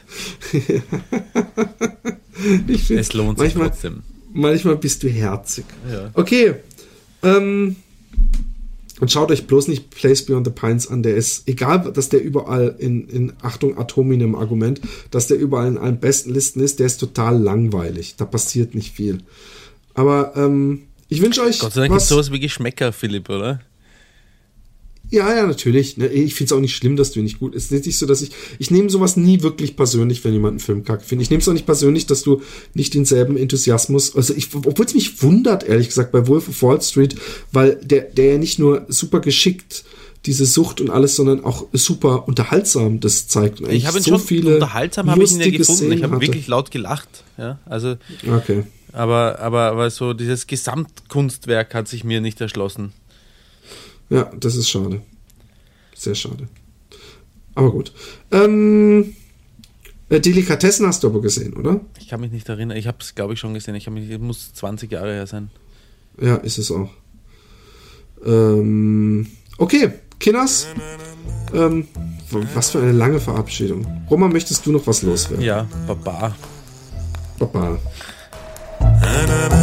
Ich find, es lohnt sich manchmal, trotzdem. Manchmal bist du herzig. Ja. Okay. Ähm, und schaut euch bloß nicht Place Beyond the Pines an. Der ist, egal, dass der überall in, in Achtung, Atominem Argument, dass der überall in allen besten Listen ist, der ist total langweilig. Da passiert nicht viel. Aber ähm, ich wünsche euch. Gott sei Dank gibt es sowas wie Geschmäcker, Philipp, oder? Ja, ja, natürlich. Ich finde es auch nicht schlimm, dass du ihn nicht gut. Es ist nicht so, dass ich. Ich nehme sowas nie wirklich persönlich, wenn jemand einen Film kacke findet. Ich nehme es auch nicht persönlich, dass du nicht denselben Enthusiasmus. Also ich, obwohl es mich wundert, ehrlich gesagt, bei Wolf of Wall Street, weil der, der ja nicht nur super geschickt diese Sucht und alles, sondern auch super unterhaltsam das zeigt. Und Ich habe ihn so schon viele unterhaltsam, habe ich ihn ja lustige gefunden. Ich Szenen habe hatte. wirklich laut gelacht. Ja, also, Okay. aber, aber, aber so dieses Gesamtkunstwerk hat sich mir nicht erschlossen. Ja, das ist schade. Sehr schade. Aber gut. Ähm, Delikatessen hast du aber gesehen, oder? Ich kann mich nicht erinnern. Ich habe es, glaube ich, schon gesehen. Ich, mich, ich muss zwanzig Jahre her sein. Ja, ist es auch. Ähm, okay, Kinders. Ähm, was für eine lange Verabschiedung. Roman, möchtest du noch was loswerden? Ja, Baba. Baba. Na, na, na.